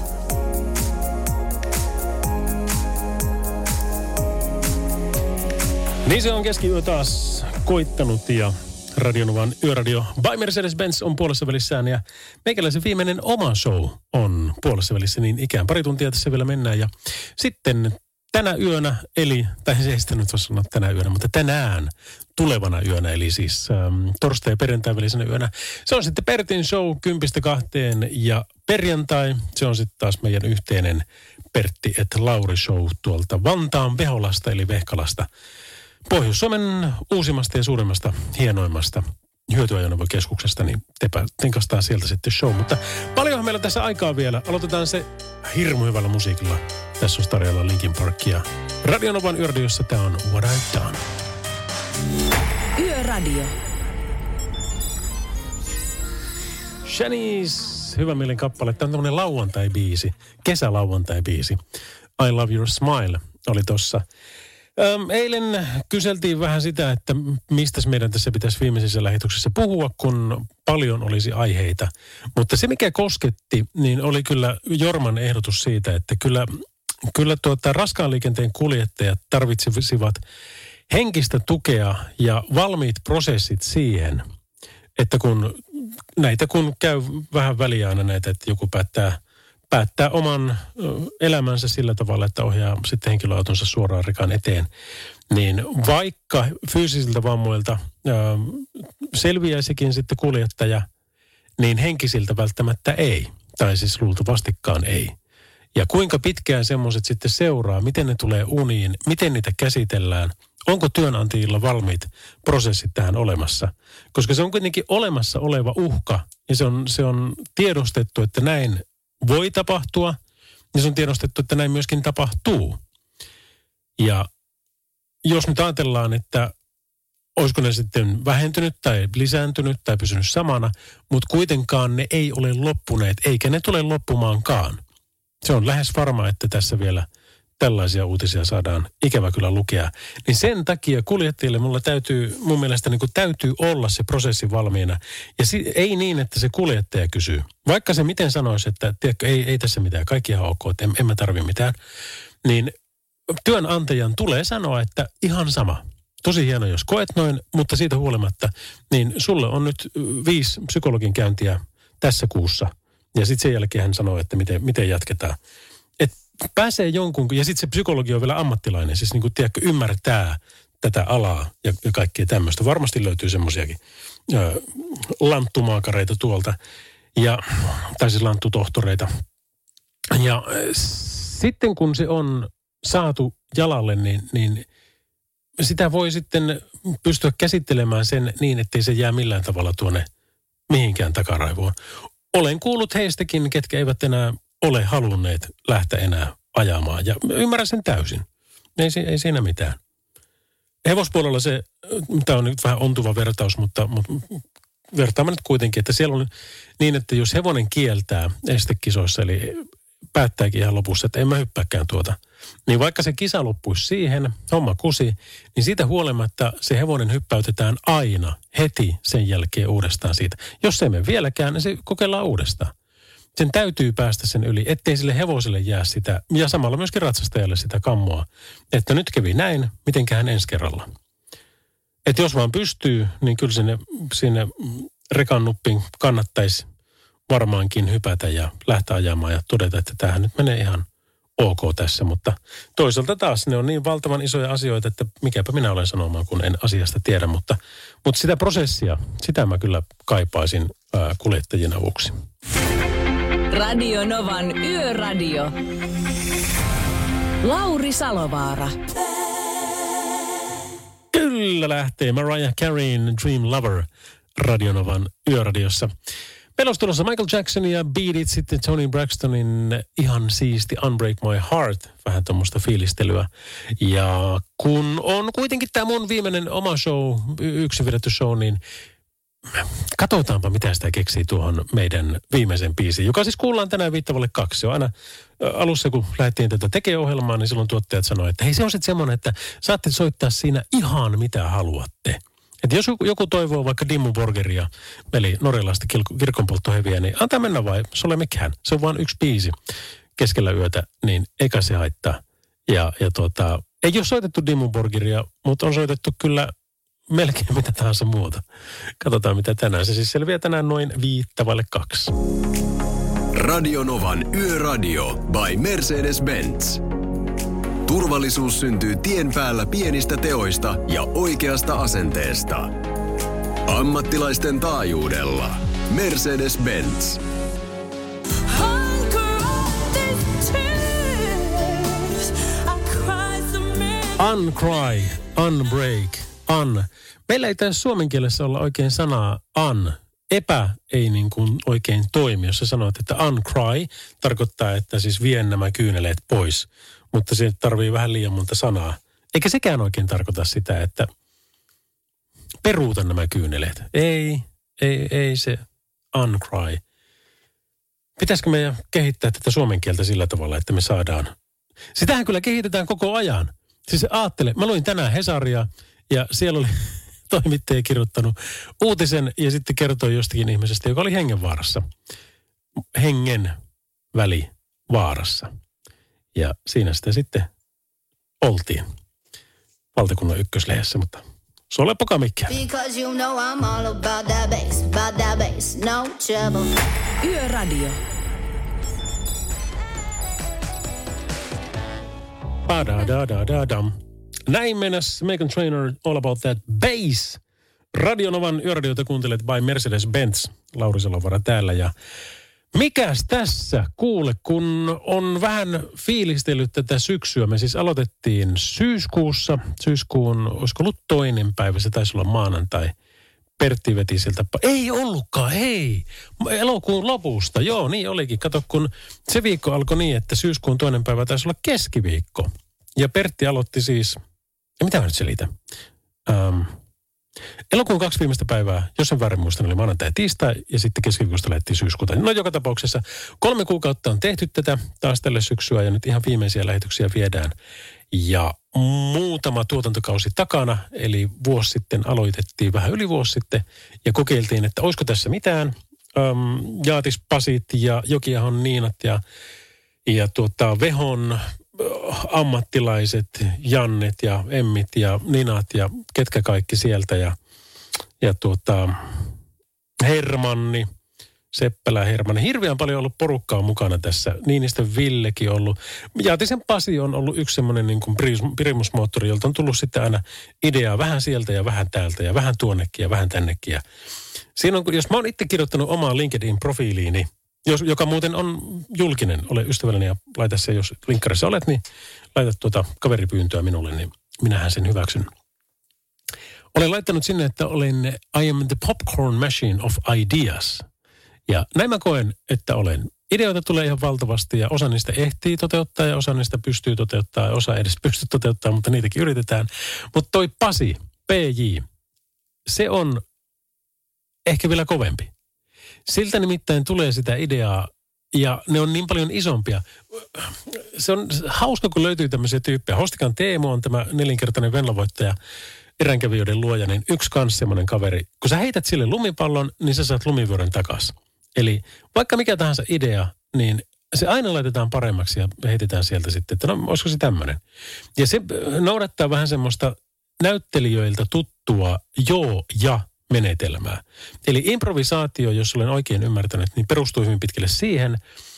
Niin se on keskiyö taas koittanut ja Radio Novan Yöradio by Mercedes-Benz on puolessa välissään ja meikäläisen viimeinen oma show on puolessa välissä, niin ikään pari tuntia tässä vielä mennään. Ja sitten tänä yönä, eli, tai se ei sitä nyt voi sanoa tänä yönä, mutta tänään tulevana yönä, eli siis ähm, torstai- ja perjantai välisenä yönä. Se on sitten Pertin show kympistä kahteen ja perjantai, se on sitten taas meidän yhteinen Pertti et Lauri show tuolta Vantaan Veholasta eli Vehkalasta. Pohjois-Suomen uusimmasta ja suurimmasta, hienoimmasta hyötyajoneuvokeskuksesta, niin tepä tenkastaa sieltä sitten show. Mutta paljonhan meillä tässä aikaa vielä. Aloitetaan se hirmu hyvällä musiikilla. Tässä on tarjolla Linkin Park ja Radio Novan Yöradiossa tämä on What I've Done. Yöradio. Shanice, hyvä mielen kappale. Tämä on tämmöinen lauantai-biisi, kesälauantai-biisi. I Love Your Smile oli tossa. Öm, eilen kyseltiin vähän sitä, että mistä meidän tässä pitäisi viimeisessä lähetyksessä puhua, kun paljon olisi aiheita. Mutta se, mikä kosketti, niin oli kyllä Jorman ehdotus siitä, että kyllä, kyllä tuota, raskaan liikenteen kuljettajat tarvitsisivat henkistä tukea ja valmiit prosessit siihen, että kun näitä kun käy vähän väliä aina näitä, että joku päättää, päättää oman elämänsä sillä tavalla, että ohjaa sitten henkilöautonsa suoraan rekan eteen, niin vaikka fyysisiltä vammoilta ää, selviäisikin sitten kuljettaja, niin henkisiltä välttämättä ei, tai siis luultavastikaan ei. Ja kuinka pitkään semmoiset sitten seuraa, miten ne tulee uniin, miten niitä käsitellään, onko työnantajilla valmiit prosessit tähän olemassa? Koska se on kuitenkin olemassa oleva uhka ja se on, se on tiedostettu, että näin voi tapahtua ja se on tiedostettu, että näin myöskin tapahtuu. Ja jos nyt ajatellaan, että olisiko ne sitten vähentynyt tai lisääntynyt tai pysynyt samana, mutta kuitenkaan ne ei ole loppuneet eikä ne tule loppumaankaan. Se on lähes varma, että tässä vielä tällaisia uutisia saadaan ikävä kyllä lukea. Niin sen takia kuljettajille mulla täytyy, mun mielestä niin kuin täytyy olla se prosessi valmiina. Ja si- ei niin, että se kuljettaja kysyy. Vaikka se miten sanoisi, että tiedätkö, ei, ei tässä mitään, kaikki ihan ok, että en, en mä tarvitse mitään. Niin työnantajan tulee sanoa, että ihan sama. Tosi hieno, jos koet noin, mutta siitä huolimatta, niin sulle on nyt viisi psykologin käyntiä tässä kuussa. Ja sitten sen jälkeen hän sanoo, että miten, miten jatketaan. Että pääsee jonkun, ja sitten se psykologi on vielä ammattilainen, siis niin kuin tiedätkö, ymmärtää tätä alaa ja, ja kaikkea tämmöistä. Varmasti löytyy semmoisiakin lanttumaakareita tuolta, ja, tai siis lanttutohtoreita. Ja äh, sitten kun se on saatu jalalle, niin, niin sitä voi sitten pystyä käsittelemään sen niin, ettei se jää millään tavalla tuonne mihinkään takaraivoon. Olen kuullut heistäkin, ketkä eivät enää ole halunneet lähteä enää ajamaan. Ja ymmärrän sen täysin. Ei, ei siinä mitään. Hevospuolella se, tämä on nyt vähän ontuva vertaus, mutta, mutta vertaamme nyt kuitenkin, että siellä on niin, että jos hevonen kieltää estekisoissa, eli päättääkin ihan lopussa, että en mä hyppääkään tuota, niin vaikka se kisa loppuisi siihen, homma kusi, niin siitä huolimatta se hevonen hyppäytetään aina heti sen jälkeen uudestaan siitä. Jos se ei mene vieläkään, niin se kokeillaan uudestaan. Sen täytyy päästä sen yli, ettei sille hevoselle jää sitä, ja samalla myöskin ratsastajalle sitä kammoa, että nyt kävi näin, mitenköhän ensi kerralla. Että jos vaan pystyy, niin kyllä sinne, sinne rekan nuppiin kannattaisi varmaankin hypätä ja lähteä ajamaan ja todeta, että tämähän nyt menee ihan ok tässä, mutta toisaalta taas ne on niin valtavan isoja asioita, että mikäpä minä olen sanomaan, kun en asiasta tiedä, mutta, mutta sitä prosessia, sitä mä kyllä kaipaisin ää, kuljettajien avuksi. Radio Novan Yöradio. Lauri Salovaara. Kyllä lähtee Mariah Careyn Dream Lover Radio Novan Yöradiossa. Meillä on tulossa Michael Jackson ja Beat It, sitten Toni Braxtonin ihan siisti Unbreak My Heart, vähän tuommoista fiilistelyä. Ja kun on kuitenkin tämä mun viimeinen oma show, yksin vedetty show, niin katsotaanpa mitä sitä keksii tuohon meidän viimeisen biisiin, joka siis kuullaan tänään viittavalle kaksi. Se on aina alussa, kun lähdettiin tätä tekee-ohjelmaa, niin silloin tuottajat sanoi, että hei se on sitten semmoinen, että saatte soittaa siinä ihan mitä haluatte. Että jos joku toivoo vaikka Dimmu Borgeria, eli norjalaista kirkonpolttoheviä, niin antaa mennä vai, se ole mikään. Se on vain yksi biisi keskellä yötä, niin eikä se haittaa. Ja, ja tuota, ei ole soitettu Dimmu Borgeria, mutta on soitettu kyllä melkein mitä tahansa muuta. Katsotaan mitä tänään. Se siis selviää tänään noin viittavalle kaksi. Radio Novan Yöradio by Mercedes-Benz. Turvallisuus syntyy tien päällä pienistä teoista ja oikeasta asenteesta. Ammattilaisten taajuudella. Mercedes-Benz. Uncry, unbreak, un. Meillä ei tässä suomen kielessä olla oikein sanaa un. Epä ei niin kuin oikein toimi, jos sä sanoit, että uncry tarkoittaa, että siis vien nämä kyyneleet pois. Mutta se tarvii vähän liian monta sanaa. Eikä sekään oikein tarkoita sitä, että peruuta nämä kyyneleet. Ei, ei, ei se uncry. Pitäisikö meidän kehittää tätä suomen kieltä sillä tavalla, että me saadaan... Sitähän kyllä kehitetään koko ajan. Siis aattele, mä luin tänään Hesaria ja siellä oli toimittaja kirjoittanut uutisen ja sitten kertoi jostakin ihmisestä, joka oli hengenvaarassa. Hengen väli vaarassa. Ja siinä sitä sitten oltiin valtakunnan ykköslehdessä, mutta se ole poka mikään. Because you know I'm all about that bass, about that bass, no trouble. Yöradio. Ba-da-da-da-da-dam. Näin mennäs Meghan Trainor, All About That Bass. Radionovan yöradiota kuuntelet by Mercedes-Benz. Lauri Salovara täällä ja mikäs tässä? Kuule, kun on vähän fiilistellyt tätä syksyä. Me siis aloitettiin syyskuussa. Syyskuun, olisiko ollut toinen päivä? Se taisi olla maanantai. Pertti veti sieltä. Ei ollutkaan, hei. Elokuun lopusta. Joo, niin olikin. Kato, kun se viikko alkoi niin, että syyskuun toinen päivä taisi olla keskiviikko. Ja Pertti aloitti siis, ja mitä mä nyt selitän? Ähm, elokuun kaksi viimeistä päivää, jos en väärin muistan, oli maanantai ja tiistai, ja sitten keskiviikosta lähdettiin syyskuuta. No joka tapauksessa kolme kuukautta on tehty tätä taas tälle syksyä, ja nyt ihan viimeisiä lähetyksiä viedään. Ja muutama tuotantokausi takana, eli vuosi sitten aloitettiin, vähän yli vuosi sitten, ja kokeiltiin, että olisiko tässä mitään. Öm, Jaatis Pasit ja Jokiahon Niinat ja, ja tuota, Vehon ammattilaiset, Jannet ja Emmit ja Ninat ja ketkä kaikki sieltä ja, ja tuota, Hermanni, Seppälä Hermanni. Hirveän paljon ollut porukkaa mukana tässä. Niinistön Villekin ollut. Jaatisen Pasi on ollut yksi semmoinen niin kuin primusmoottori, jolta on tullut sitten aina ideaa vähän sieltä ja vähän täältä ja vähän tuonnekin ja vähän tännekin. Ja siinä on, jos mä oon itse kirjoittanut omaa LinkedIn-profiiliini, Jos, joka muuten on julkinen, ole ystävällinen ja laita se, jos linkkarissa olet, niin laita tuota kaveripyyntöä minulle, niin minähän sen hyväksyn. Olen laittanut sinne, että olen I am the popcorn machine of ideas. Ja näin mä koen, että olen. Ideoita tulee ihan valtavasti ja osa niistä ehtii toteuttaa ja osa niistä pystyy toteuttaa ja osa edes pystyy toteuttaa, mutta niitäkin yritetään. Mutta toi Pasi, P J, se on ehkä vielä kovempi. Siltä nimittäin tulee sitä ideaa, ja ne on niin paljon isompia. Se on hauska, kun löytyy tämmöisiä tyyppejä. Hostikan Teemu on tämä nelinkertainen Venla-voittaja, eränkävijöiden luoja, niin yksi kans semmoinen kaveri. Kun sä heität sille lumipallon, niin sä saat lumivyörän takas. Eli vaikka mikä tahansa idea, niin se aina laitetaan paremmaksi ja heitetään sieltä sitten, että no olisiko se tämmöinen. Ja se noudattaa vähän semmoista näyttelijöiltä tuttua joo ja menetelmää. Eli improvisaatio, jos olen oikein ymmärtänyt, niin perustuu hyvin pitkälle siihen,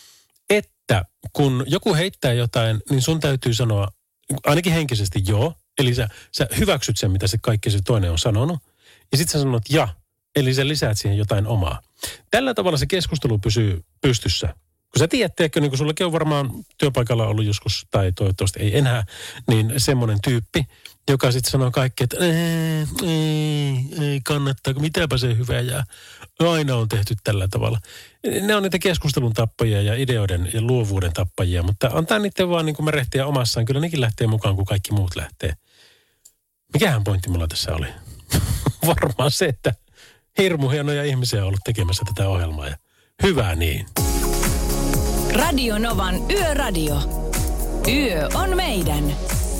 että kun joku heittää jotain, niin sun täytyy sanoa ainakin henkisesti joo. Eli sä, sä hyväksyt sen, mitä se kaikki se toinen on sanonut. Ja sitten sä sanot ja. Eli sä lisäät siihen jotain omaa. Tällä tavalla se keskustelu pysyy pystyssä. Kun sä tiedät, teekö, niin kun sullakin on varmaan työpaikalla ollut joskus, tai toivottavasti ei enää, niin semmoinen tyyppi, joka sitten sanoo kaikki, että ei, ei, ei kannattaa, mitäpä se hyvä jää. Aina on tehty tällä tavalla. Ne on niitä keskustelun tappajia ja ideoiden ja luovuuden tappajia, mutta antaa niiden vaan niin kuin merehtiä omassaan. Kyllä nekin lähtee mukaan, kun kaikki muut lähtee. Mikähän pointti mulla tässä oli? Varmaan se, että hirmu hienoja ihmisiä on ollut tekemässä tätä ohjelmaa ja hyvä niin. Radio Novan Yöradio. Yö on meidän.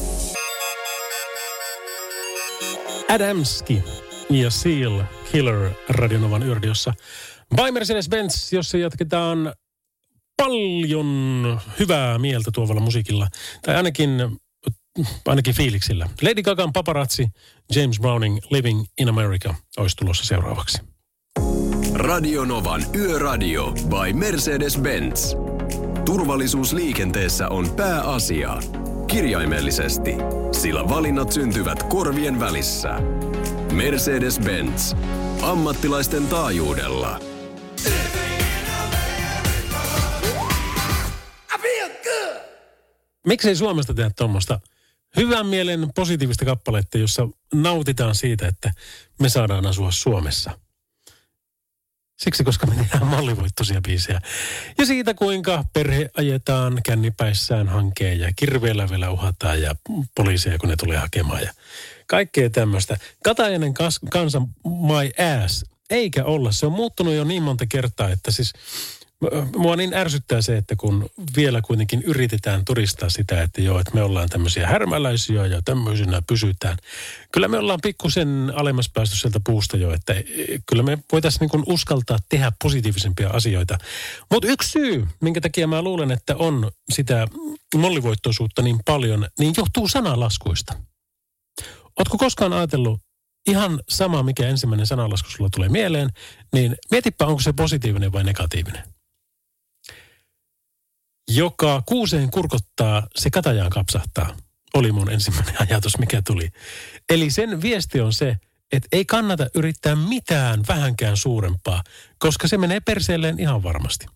Adamski ja Seal Killer Radio Novan Yöradiossa. By Mercedes-Benz, jossa jatketaan paljon hyvää mieltä tuovalla musiikilla. Tai ainakin, ainakin fiiliksillä. Lady Gagan Paparazzi, James Browning Living in America olisi tulossa seuraavaksi. Radio Novan Yöradio by Mercedes-Benz. Turvallisuus liikenteessä on pääasia. Kirjaimellisesti, sillä valinnat syntyvät korvien välissä. Mercedes-Benz. Ammattilaisten taajuudella. Miksei Suomesta tehdä tuommoista hyvän mielen positiivista kappaletta, jossa nautitaan siitä, että me saadaan asua Suomessa? Siksi, koska me tehdään mallivoittoisia biisejä. Ja siitä, kuinka perhe ajetaan kännipäissään hankeen ja kirveellä vielä uhataan ja poliiseja, kun ne tulee hakemaan ja kaikkea tämmöistä. Katajainen kas, kansa my ass. Eikä olla. Se on muuttunut jo niin monta kertaa, että siis Mua niin ärsyttää se, että kun vielä kuitenkin yritetään todistaa sitä, että joo, että me ollaan tämmöisiä härmäläisiä ja tämmöisenä pysytään. Kyllä me ollaan pikkusen alemmas päästy sieltä puusta jo, että kyllä me voitaisiin niin kuin uskaltaa tehdä positiivisempia asioita. Mutta yksi syy, minkä takia mä luulen, että on sitä mollivoittoisuutta niin paljon, niin johtuu sanalaskuista. Ootko koskaan ajatellut, ihan sama mikä ensimmäinen sanalasku sulla tulee mieleen, niin mietipä onko se positiivinen vai negatiivinen. Joka kuuseen kurkottaa, se katajaan kapsahtaa, oli mun ensimmäinen ajatus, mikä tuli. Eli sen viesti on se, että ei kannata yrittää mitään vähänkään suurempaa, koska se menee perseelleen ihan varmasti.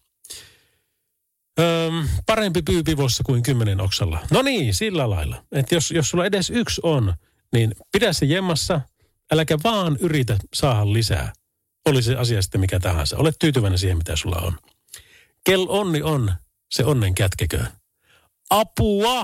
Öm, parempi pyy pivossa kuin kymmenen oksalla. No niin, sillä lailla. Että jos, jos sulla edes yksi on, niin pidä se jemmassa, äläkä vaan yritä saada lisää. Oli se asia sitten mikä tahansa. Olet tyytyväinen siihen, mitä sulla on. Kel onni on, se onnen kätkeköön. Apua!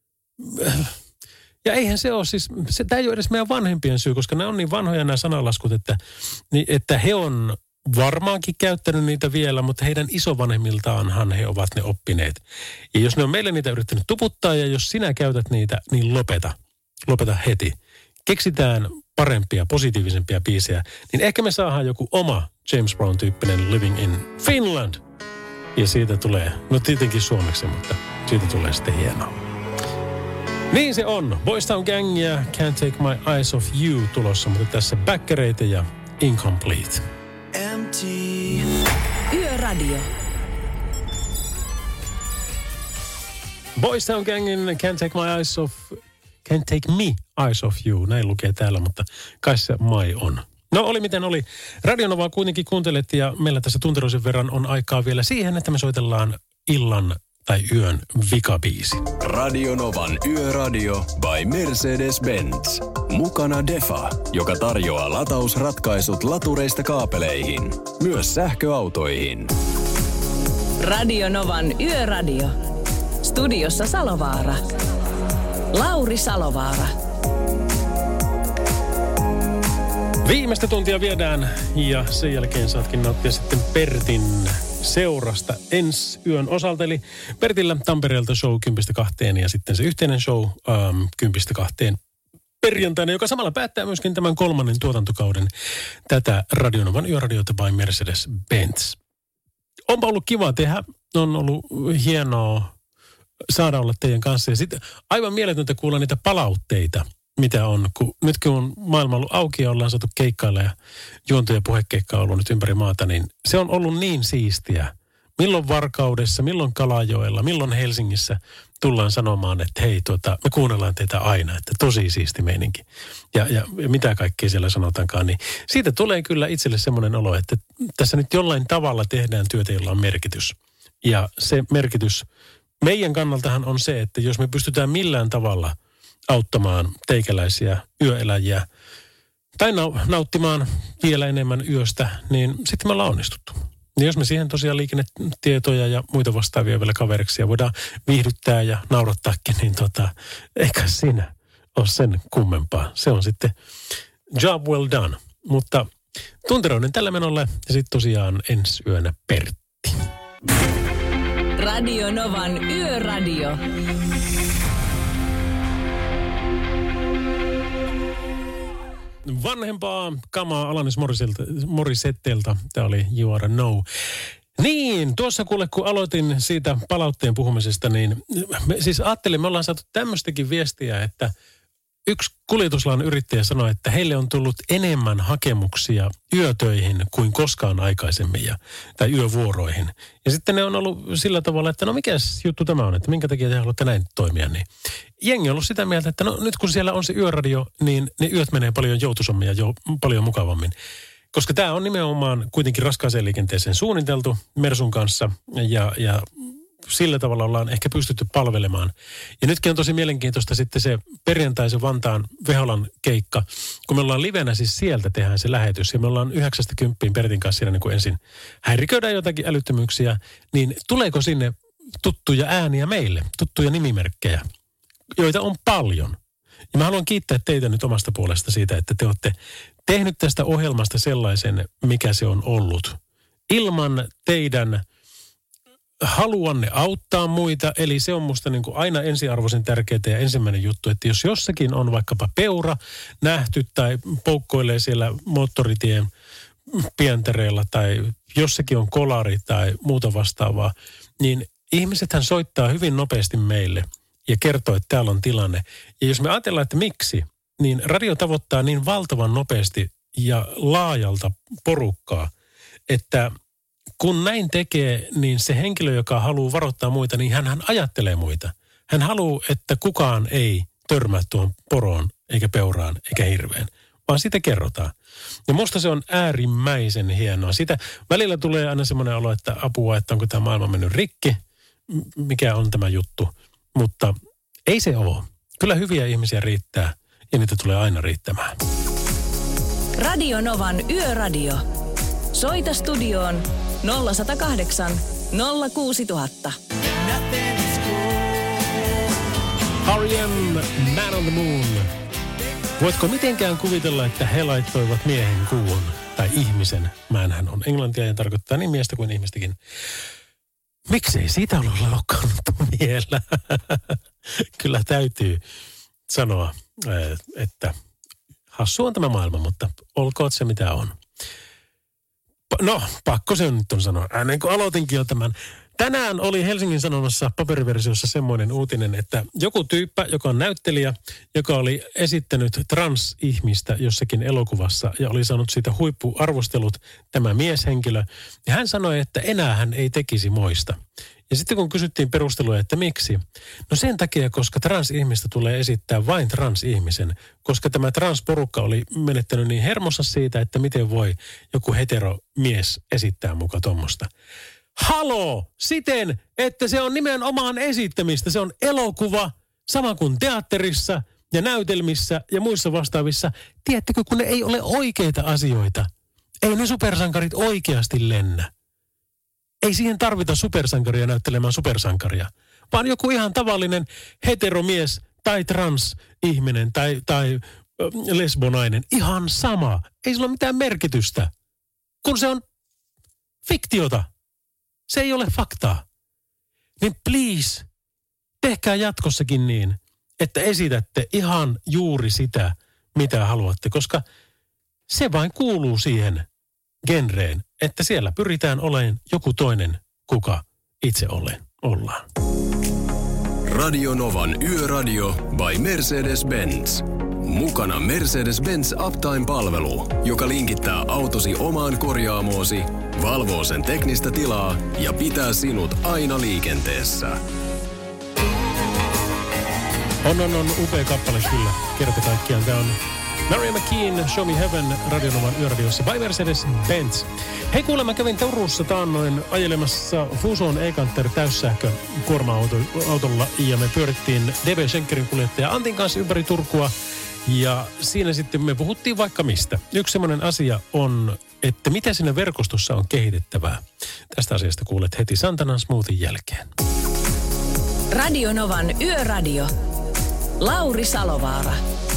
Ja eihän se ole siis, se, tämä ei ole edes meidän vanhempien syy, koska nämä on niin vanhoja nämä sanalaskut, että, niin, että he on varmaankin käyttänyt niitä vielä, mutta heidän isovanhemmiltaanhan he ovat ne oppineet. Ja jos ne on meille niitä yrittänyt tuputtaa ja jos sinä käytät niitä, niin lopeta. Lopeta heti. Keksitään parempia, positiivisempia biisejä, niin ehkä me saadaan joku oma James Brown-tyyppinen Living in Finland. Ja siitä tulee, no tietenkin suomeksi, mutta siitä tulee sitten hienoa. Niin se on. Boys Town Gang ja Can't Take My Eyes Off You tulossa, mutta tässä Bäkkäreitä ja Incomplete. Empty. Yöradio. Boys Town Gangin Can't Take My Eyes Off, Can't Take Me Eyes Off You. Näin lukee täällä, mutta kai se mai on. No oli miten oli. Radio Novaa kuitenkin kuuntelet ja meillä tässä tunteroisen verran on aikaa vielä siihen, että me soitellaan illan tai yön vikabiisi. Radio Novan Yöradio by Mercedes-Benz. Mukana Defa, joka tarjoaa latausratkaisut latureista kaapeleihin, myös sähköautoihin. Radio Novan Yöradio. Studiossa Salovaara. Lauri Salovaara. Viimeistä tuntia viedään ja sen jälkeen saatkin nauttia sitten Pertin seurasta ensi yön osalta. Eli Pertillä Tampereelta show kymmenestä kahteen ja sitten se yhteinen show ähm, kymmenestä kahteen perjantaina, joka samalla päättää myöskin tämän kolmannen tuotantokauden tätä Radio Novan Yöradiota by Mercedes-Benz. Onpa ollut kiva tehdä, on ollut hienoa saada olla teidän kanssa ja sitten aivan mieletöntä kuulla niitä palautteita, mitä on, kun nyt kun on maailma ollut auki ja ollaan saatu keikkailla ja juonto- ja puhekeikkaa ollut nyt ympäri maata, niin se on ollut niin siistiä. Milloin Varkaudessa, milloin Kalajoella, milloin Helsingissä tullaan sanomaan, että hei, tuota, me kuunnellaan teitä aina, että tosi siisti meininki. Ja, ja, ja mitä kaikkea siellä sanotaankaan, niin siitä tulee kyllä itselle semmoinen olo, että tässä nyt jollain tavalla tehdään työtä, jolla on merkitys. Ja se merkitys meidän kannaltahan on se, että jos me pystytään millään tavalla auttamaan teikäläisiä yöeläjiä tai nauttimaan vielä enemmän yöstä, niin sitten me ollaan onnistuttu. Ja jos me siihen tosiaan liikennetietoja ja muita vastaavia vielä kaveriksi ja voidaan viihdyttää ja naurattaakin, niin tota, eikä siinä ole sen kummempaa. Se on sitten job well done. Mutta tunteroinen tällä menolle ja sitten tosiaan ensi yönä Pertti. Radio Novan Yöradio. Vanhempaa kamaa Alanis Morissettelta. Tämä oli You Are No. Niin, tuossa kuule, kun aloitin siitä palautteen puhumisesta, niin me, siis ajattelin, me ollaan saatu tämmöistäkin viestiä, että yksi kuljetusalan yrittäjä sanoi, että heille on tullut enemmän hakemuksia yötöihin kuin koskaan aikaisemmin ja, tai yövuoroihin. Ja sitten ne on ollut sillä tavalla, että no mikä juttu tämä on, että minkä takia te haluatte näin toimia. Niin jengi on ollut sitä mieltä, että no nyt kun siellä on se yöradio, niin ne yöt menee paljon joutuisammin ja jo, paljon mukavammin. Koska tämä on nimenomaan kuitenkin raskaaseen liikenteeseen suunniteltu Mersun kanssa ja, ja sillä tavalla ollaan ehkä pystytty palvelemaan. Ja nytkin on tosi mielenkiintoista sitten se perjantai, se Vantaan Veholan keikka. Kun me ollaan livenä, siis sieltä tehdään se lähetys. Ja me ollaan yhdeksästä kymppiin Pertin kanssa siinä niin kuin ensin häiriköidään jotakin älyttömyyksiä. Niin tuleeko sinne tuttuja ääniä meille, tuttuja nimimerkkejä, joita on paljon. Ja mä haluan kiittää teitä nyt omasta puolesta siitä, että te olette tehnyt tästä ohjelmasta sellaisen, mikä se on ollut. Ilman teidän haluanne auttaa muita, eli se on musta niin kuin aina ensiarvoisen tärkeää ja ensimmäinen juttu, että jos jossakin on vaikkapa peura nähty tai poukkoilee siellä moottoritien pientareella tai jossakin on kolari tai muuta vastaavaa, niin ihmisethän soittaa hyvin nopeasti meille ja kertoo, että täällä on tilanne. Ja jos me ajatellaan, että miksi, niin radio tavoittaa niin valtavan nopeasti ja laajalta porukkaa, että kun näin tekee, niin se henkilö, joka haluaa varoittaa muita, niin hän ajattelee muita. Hän haluaa, että kukaan ei törmää tuon poroon, eikä peuraan, eikä hirveen, vaan sitä kerrotaan. Ja musta se on äärimmäisen hienoa. Sitä välillä tulee aina semmoinen olo, että apua, että onko tämä maailma mennyt rikki, mikä on tämä juttu. Mutta ei se ole. Kyllä hyviä ihmisiä riittää ja niitä tulee aina riittämään. Radio Novan Yöradio. Soita studioon nolla yksi nolla kahdeksan nolla kuusi nolla nolla nolla. R E M, Man on the Moon. Voitko mitenkään kuvitella, että he laittoivat miehen kuun tai ihmisen? Määnhän on englantia ja tarkoittaa niin miestä kuin ihmistäkin. Miksei siitä ole loukkaannuttu vielä? Kyllä täytyy sanoa, että hassu on tämä maailma, mutta olkoon se mitä on. No, pakko se nyt on sanoa. Ennen kuin aloitinkin jo tämän. Tänään oli Helsingin Sanomassa paperiversiossa semmoinen uutinen, että joku tyyppä, joka on näyttelijä, joka oli esittänyt transihmistä jossakin elokuvassa ja oli saanut siitä huippuarvostelut, tämä mieshenkilö, ja hän sanoi, että enää hän ei tekisi moista. Ja sitten kun kysyttiin perusteluja, että miksi? No sen takia, koska transihmistä tulee esittää vain transihmisen, koska tämä transporukka oli menettänyt niin hermossa siitä, että miten voi joku heteromies esittää muka tommosta. Haloo! Siten, että se on nimenomaan esittämistä. Se on elokuva, sama kuin teatterissa ja näytelmissä ja muissa vastaavissa. Tiedättekö, kun ne ei ole oikeita asioita. Ei ne supersankarit oikeasti lennä. Ei siihen tarvita supersankaria näyttelemään supersankaria, vaan joku ihan tavallinen heteromies tai transihminen tai, tai lesbonainen. Ihan sama. Ei sillä ole mitään merkitystä, kun se on fiktiota. Se ei ole faktaa. Niin please, tehkää jatkossakin niin, että esitätte ihan juuri sitä, mitä haluatte, koska se vain kuuluu siihen genreen, että siellä pyritään olemaan joku toinen, kuka itse olen, ollaan. Radio Novan Yöradio by Mercedes-Benz. Mukana Mercedes-Benz Uptime-palvelu, joka linkittää autosi omaan korjaamoosi, valvoo sen teknistä tilaa ja pitää sinut aina liikenteessä. On, on, on upea kappale kyllä. Kerta kaikkiaan tämä on Mary McKean, Show Me Heaven, Radio Novan Yöradiossa by Mercedes-Benz. Hei kuule, mä kävin Turussa taannoin ajelemassa Fuson E-Canter täyssähkö kuorma-autolla ja me pyörittiin D B Schenkerin kuljettaja Antin kanssa ympäri Turkua. Ja siinä sitten me puhuttiin vaikka mistä. Yksi semmoinen asia on, että mitä siinä verkostossa on kehitettävää. Tästä asiasta kuulet heti Santanan Smoothin jälkeen. Radio Novan Yöradio. Lauri Salovaara.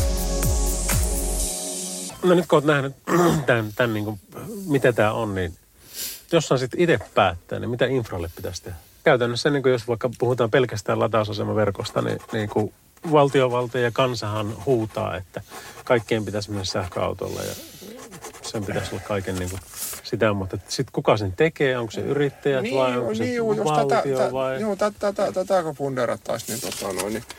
No nyt kun olet nähnyt tämän, tämän niin kuin, mitä tämä on, niin jos sä sitten itse päättää, niin mitä infralle pitäisi tehdä? Käytännössä niin kuin jos vaikka puhutaan pelkästään latausasemaverkosta, niin, niin kuin valtiovalta ja kansahan huutaa, että kaikkien pitäisi mennä sähköautolla ja sen pitäisi olla kaiken niin kuin sitä, mutta sitten kuka sen tekee? Onko se yrittäjät niin, vai onko se niin, valtio tätä, vai? Joo, tätä, tätä, tätä kun funderattaisiin, niin tota noin, niin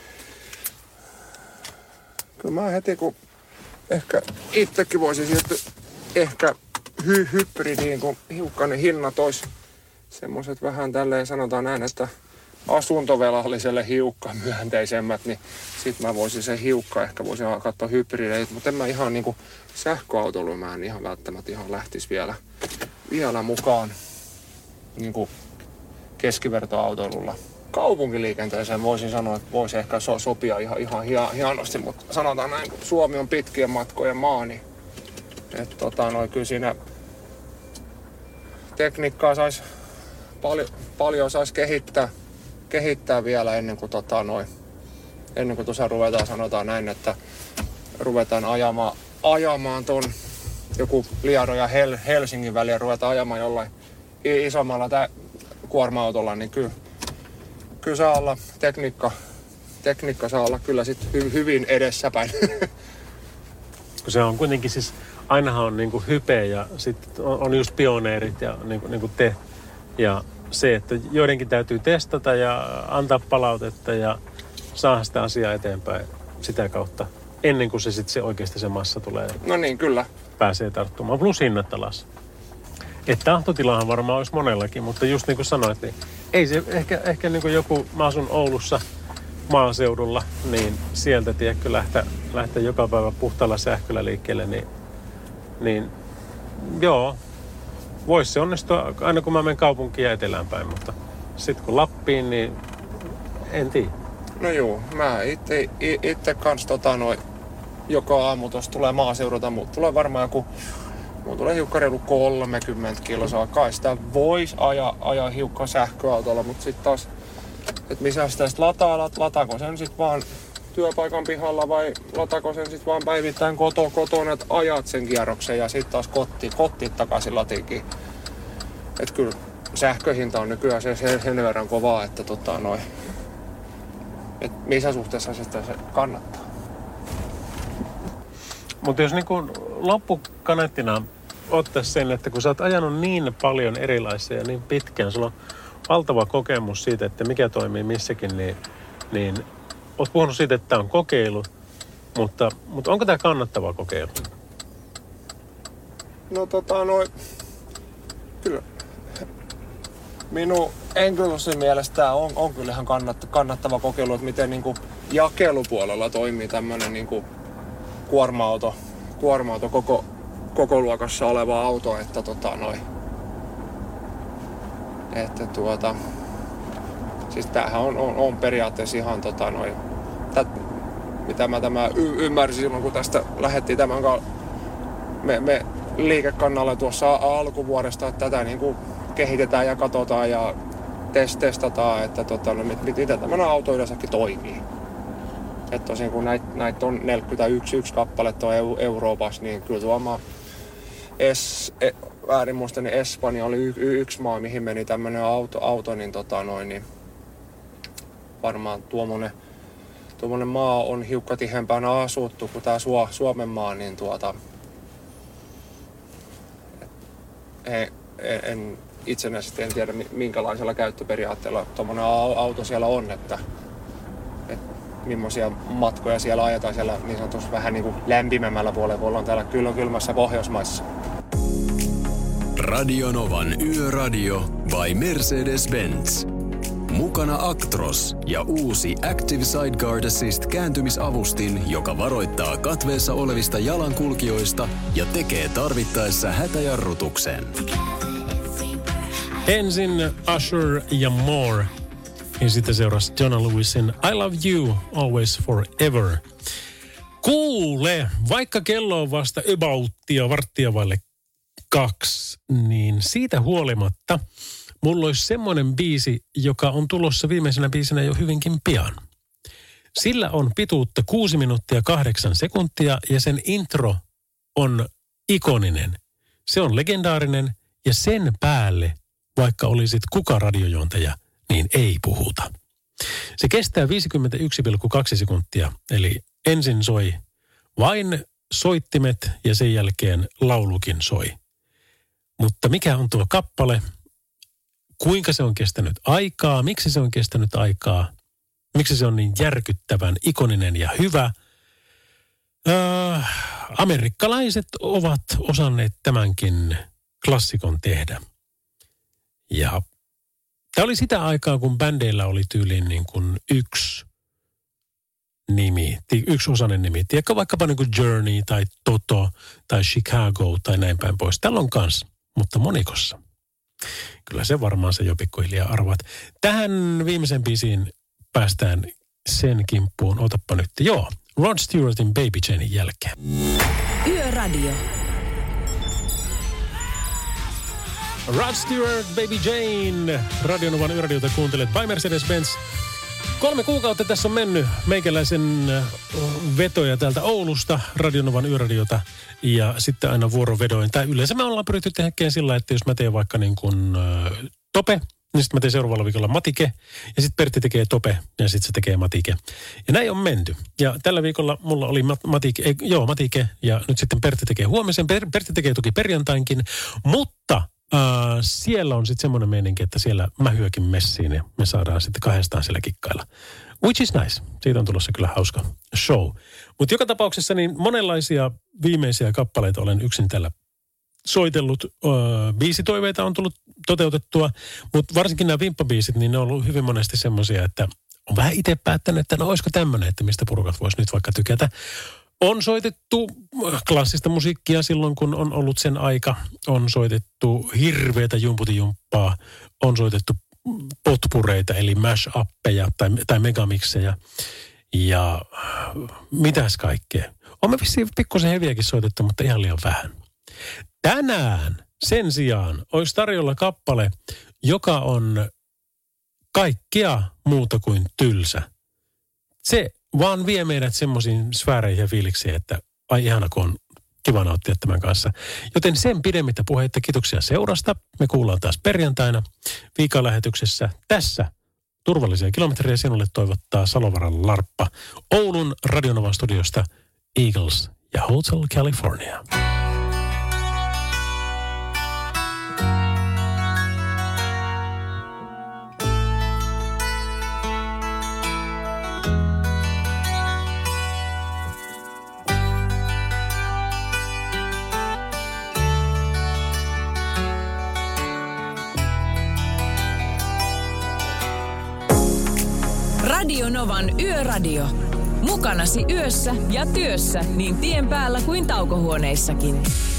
kyllä mä heti kun ehkä itsekin voisin siirtyä ehkä hy, hybridiin, kun hiukkainen hinnat olisi semmoiset vähän tälleen sanotaan näin, että asuntovelalliselle hiukka myönteisemmät, niin sit mä voisin sen hiukka, ehkä voisin katsoa hybrideitä, mutta en mä ihan niinku sähköautoiluun, mä en ihan välttämättä ihan lähtisi vielä, vielä mukaan niinku keskivertoautoilulla. Kaupunkiliikenteeseen voisin sanoa, että voisi ehkä so- sopia ihan, ihan hienosti, mutta sanotaan näin, kun Suomi on pitkien matkojen maa, niin että tota, noin, kyllä siinä tekniikkaa saisi paljon, paljon saisi kehittää, kehittää vielä ennen kuin, tota, noin, ennen kuin tuossa ruvetaan, sanotaan näin, että ruvetaan ajamaan, ajamaan ton joku Liado ja Hel- Helsingin väliä, ruvetaan ajamaan jollain isommalla tä- kuorma-autolla, niin kyllä, kyllä saa olla tekniikka, tekniikka saa olla kyllä sit hy, hyvin edessäpäin. Se on kuitenkin siis, ainahan on niinku hype ja sitten on, on just pioneerit ja niinku, niinku te. Ja se, että joidenkin täytyy testata ja antaa palautetta ja saada sitä asiaa eteenpäin sitä kautta. Ennen kuin se sitten se oikeasti se massa tulee. No niin, kyllä. Pääsee tarttumaan. Plus hinnat alas. Että tahtotilahan varmaan olisi monellakin, mutta just niin kuin sanoit, niin ei se ehkä, ehkä niin kuin joku, mä asun Oulussa maaseudulla, niin sieltä tiedätkö lähteä, lähteä joka päivä puhtaalla sähköllä liikkeelle, niin, niin joo, voisi se onnistua aina kun mä menen kaupunkiin ja etelään päin, mutta sitten kun Lappiin, niin en tiedä. No juu, mä itse, itse kans tota noin, joka aamu tossa tulee maaseudulta, mut tulee varmaan joku, mulla tulee hiukka reilu kolmekymmentä kiloa, kai sitä vois ajaa, ajaa hiukka sähköautolla, mut sit taas, et missä sitä sit lataa, lat, lataako sen sit vaan työpaikan pihalla vai lataako sen sit vaan päivittäin koto, kotona, että ajat sen kierroksen ja sit taas kotti, kotti takaisin latinkin. Et kyllä sähköhinta on nykyään se sen verran kovaa, että tota noin, et missä suhteessa se sitä se kannattaa. Mutta jos niinku loppukaneettina ottaisi sen, että kun sä oot ajanut niin paljon erilaisia ja niin pitkään, sulla on valtava kokemus siitä, että mikä toimii missäkin, niin, niin oot puhunut siitä, että tämä on kokeilu, mutta, mutta onko tämä kannattava kokeilu? No tota noin, kyllä minun henkilökohtaisen mielestä tämä on, on kyllä ihan kannattava kokeilu, että miten niinku jakelupuolella toimii tämmöinen niinku kuorma-auto, kuorma-auto koko, koko luokassa oleva auto, että tota noin, että tuota, siis tämähän on, on, on periaatteessa ihan tota noin, tät, mitä mä tämä y- ymmärsin silloin, kun tästä lähdettiin tämän me, me liikekannalle tuossa alkuvuodesta, että tätä niinku kehitetään ja katsotaan ja test, testataan, että tota, no, miten tämmöinen auto yleensäkin toimii. Että tosin kun näitä näit on neljäkymmentäyksi yksi kappaletta on Euroopassa, niin kyllä tuomaan es, e, väärin muista, niin Espanja oli y, y, yksi maa, mihin meni tämmöinen auto, auto niin, tota, noin, niin varmaan tuommoinen, tuommoinen maa on hiukka tihempään asuttu kuin tämä Suomen maa, niin tuota, en, en itsenäisesti en tiedä minkälaisella käyttöperiaatteella tuommoinen auto siellä on, että millaisia matkoja siellä ajetaan siellä niin sanotusti vähän niin kuin lämpimämmällä puolella, kun ollaan täällä kylmä kylmässä Pohjoismaissa. Radio Novan Yöradio by Mercedes-Benz. Mukana Actros ja uusi Active Sideguard Assist kääntymisavustin, joka varoittaa katveessa olevista jalankulkijoista ja tekee tarvittaessa hätäjarrutuksen. Ensin Usher ja More. Ja sitten seurasi Donna Lewisin I Love You Always Forever. Kuule, vaikka kello on vasta abouttia varttia vaille kaksi, niin siitä huolimatta mulla olisi semmoinen biisi, joka on tulossa viimeisenä biisinä jo hyvinkin pian. Sillä on pituutta kuusi minuuttia kahdeksan sekuntia ja sen intro on ikoninen. Se on legendaarinen ja sen päälle, vaikka olisit kuka radiojuontaja, niin ei puhuta. Se kestää viisikymmentäyksi pilkku kaksi sekuntia, eli ensin soi vain soittimet ja sen jälkeen laulukin soi. Mutta mikä on tuo kappale? Kuinka se on kestänyt aikaa? Miksi se on kestänyt aikaa? Miksi se on niin järkyttävän ikoninen ja hyvä? Öö, amerikkalaiset ovat osanneet tämänkin klassikon tehdä. Ja tämä oli sitä aikaa, kun bändeillä oli tyyliin niin kuin yksi nimi, yksi osainen nimi. Tiedätkö vaikkapa niin kuin Journey tai Toto tai Chicago tai näin päin pois. Tällä on kans, mutta monikossa. Kyllä se varmaan se jo pikkuhiljaa arvaat. Tähän viimeisen biisiin päästään sen kimppuun. Otappa nyt. Joo, Rod Stewartin Baby Janein jälkeen. Yöradio. Rod Stewart, Baby Jane. Radionovan yöradiota kuuntelet by Mercedes-Benz. Kolme kuukautta tässä on mennyt meikäläisen vetoja täältä Oulusta, Radionovan yöradiota, ja sitten aina vuorovedoin. Tai yleensä me ollaan pyritty tekemään sillä, että jos mä teen vaikka niin kuin äh, tope, niin sitten mä teen seuraavalla viikolla Matike, ja sitten Pertti tekee Tope, ja sitten se tekee Matike. Ja näin on menty. Ja tällä viikolla mulla oli mat- Matike, ei, joo Matike, ja nyt sitten Pertti tekee huomisen. Per- Pertti tekee toki perjantainkin, mutta äh, siellä on sitten semmoinen meininki, että siellä mä hyökin messiin, ja me saadaan sitten kahdestaan siellä kikkailla. Which is nice. Siitä on tulossa kyllä hauska show. Mutta joka tapauksessa niin monenlaisia viimeisiä kappaleita olen yksin tällä soitellut. Öö, biisitoiveita on tullut toteutettua, mutta varsinkin nämä vimppabiisit, niin ne on ollut hyvin monesti semmoisia, että on vähän itse päättänyt, että no olisiko tämmöinen, että mistä porukat voisi nyt vaikka tykätä. On soitettu klassista musiikkia silloin, kun on ollut sen aika. On soitettu hirveätä jumputijumppaa. On soitettu potpureita, eli mash-appeja tai, tai megamikseja. Ja mitäs kaikkea. On me vissiin pikkusen heviäkin soitettu, mutta ihan liian vähän. Tänään sen sijaan olisi tarjolla kappale, joka on kaikkea muuta kuin tylsä. Se vaan vie meidät semmoisiin sfääreihin ja fiiliksiin, että ai ihana kun on kiva nauttia tämän kanssa. Joten sen pidemmittä puheitta kiitoksia seurasta. Me kuullaan taas perjantaina viikonlähetyksessä. Tässä turvallisia kilometrejä sinulle toivottaa Salovaran Larppa Oulun Radionovan studiosta Eagles ja Hotel California. Radio Novan Yöradio. Mukanasi yössä ja työssä niin tien päällä kuin taukohuoneissakin.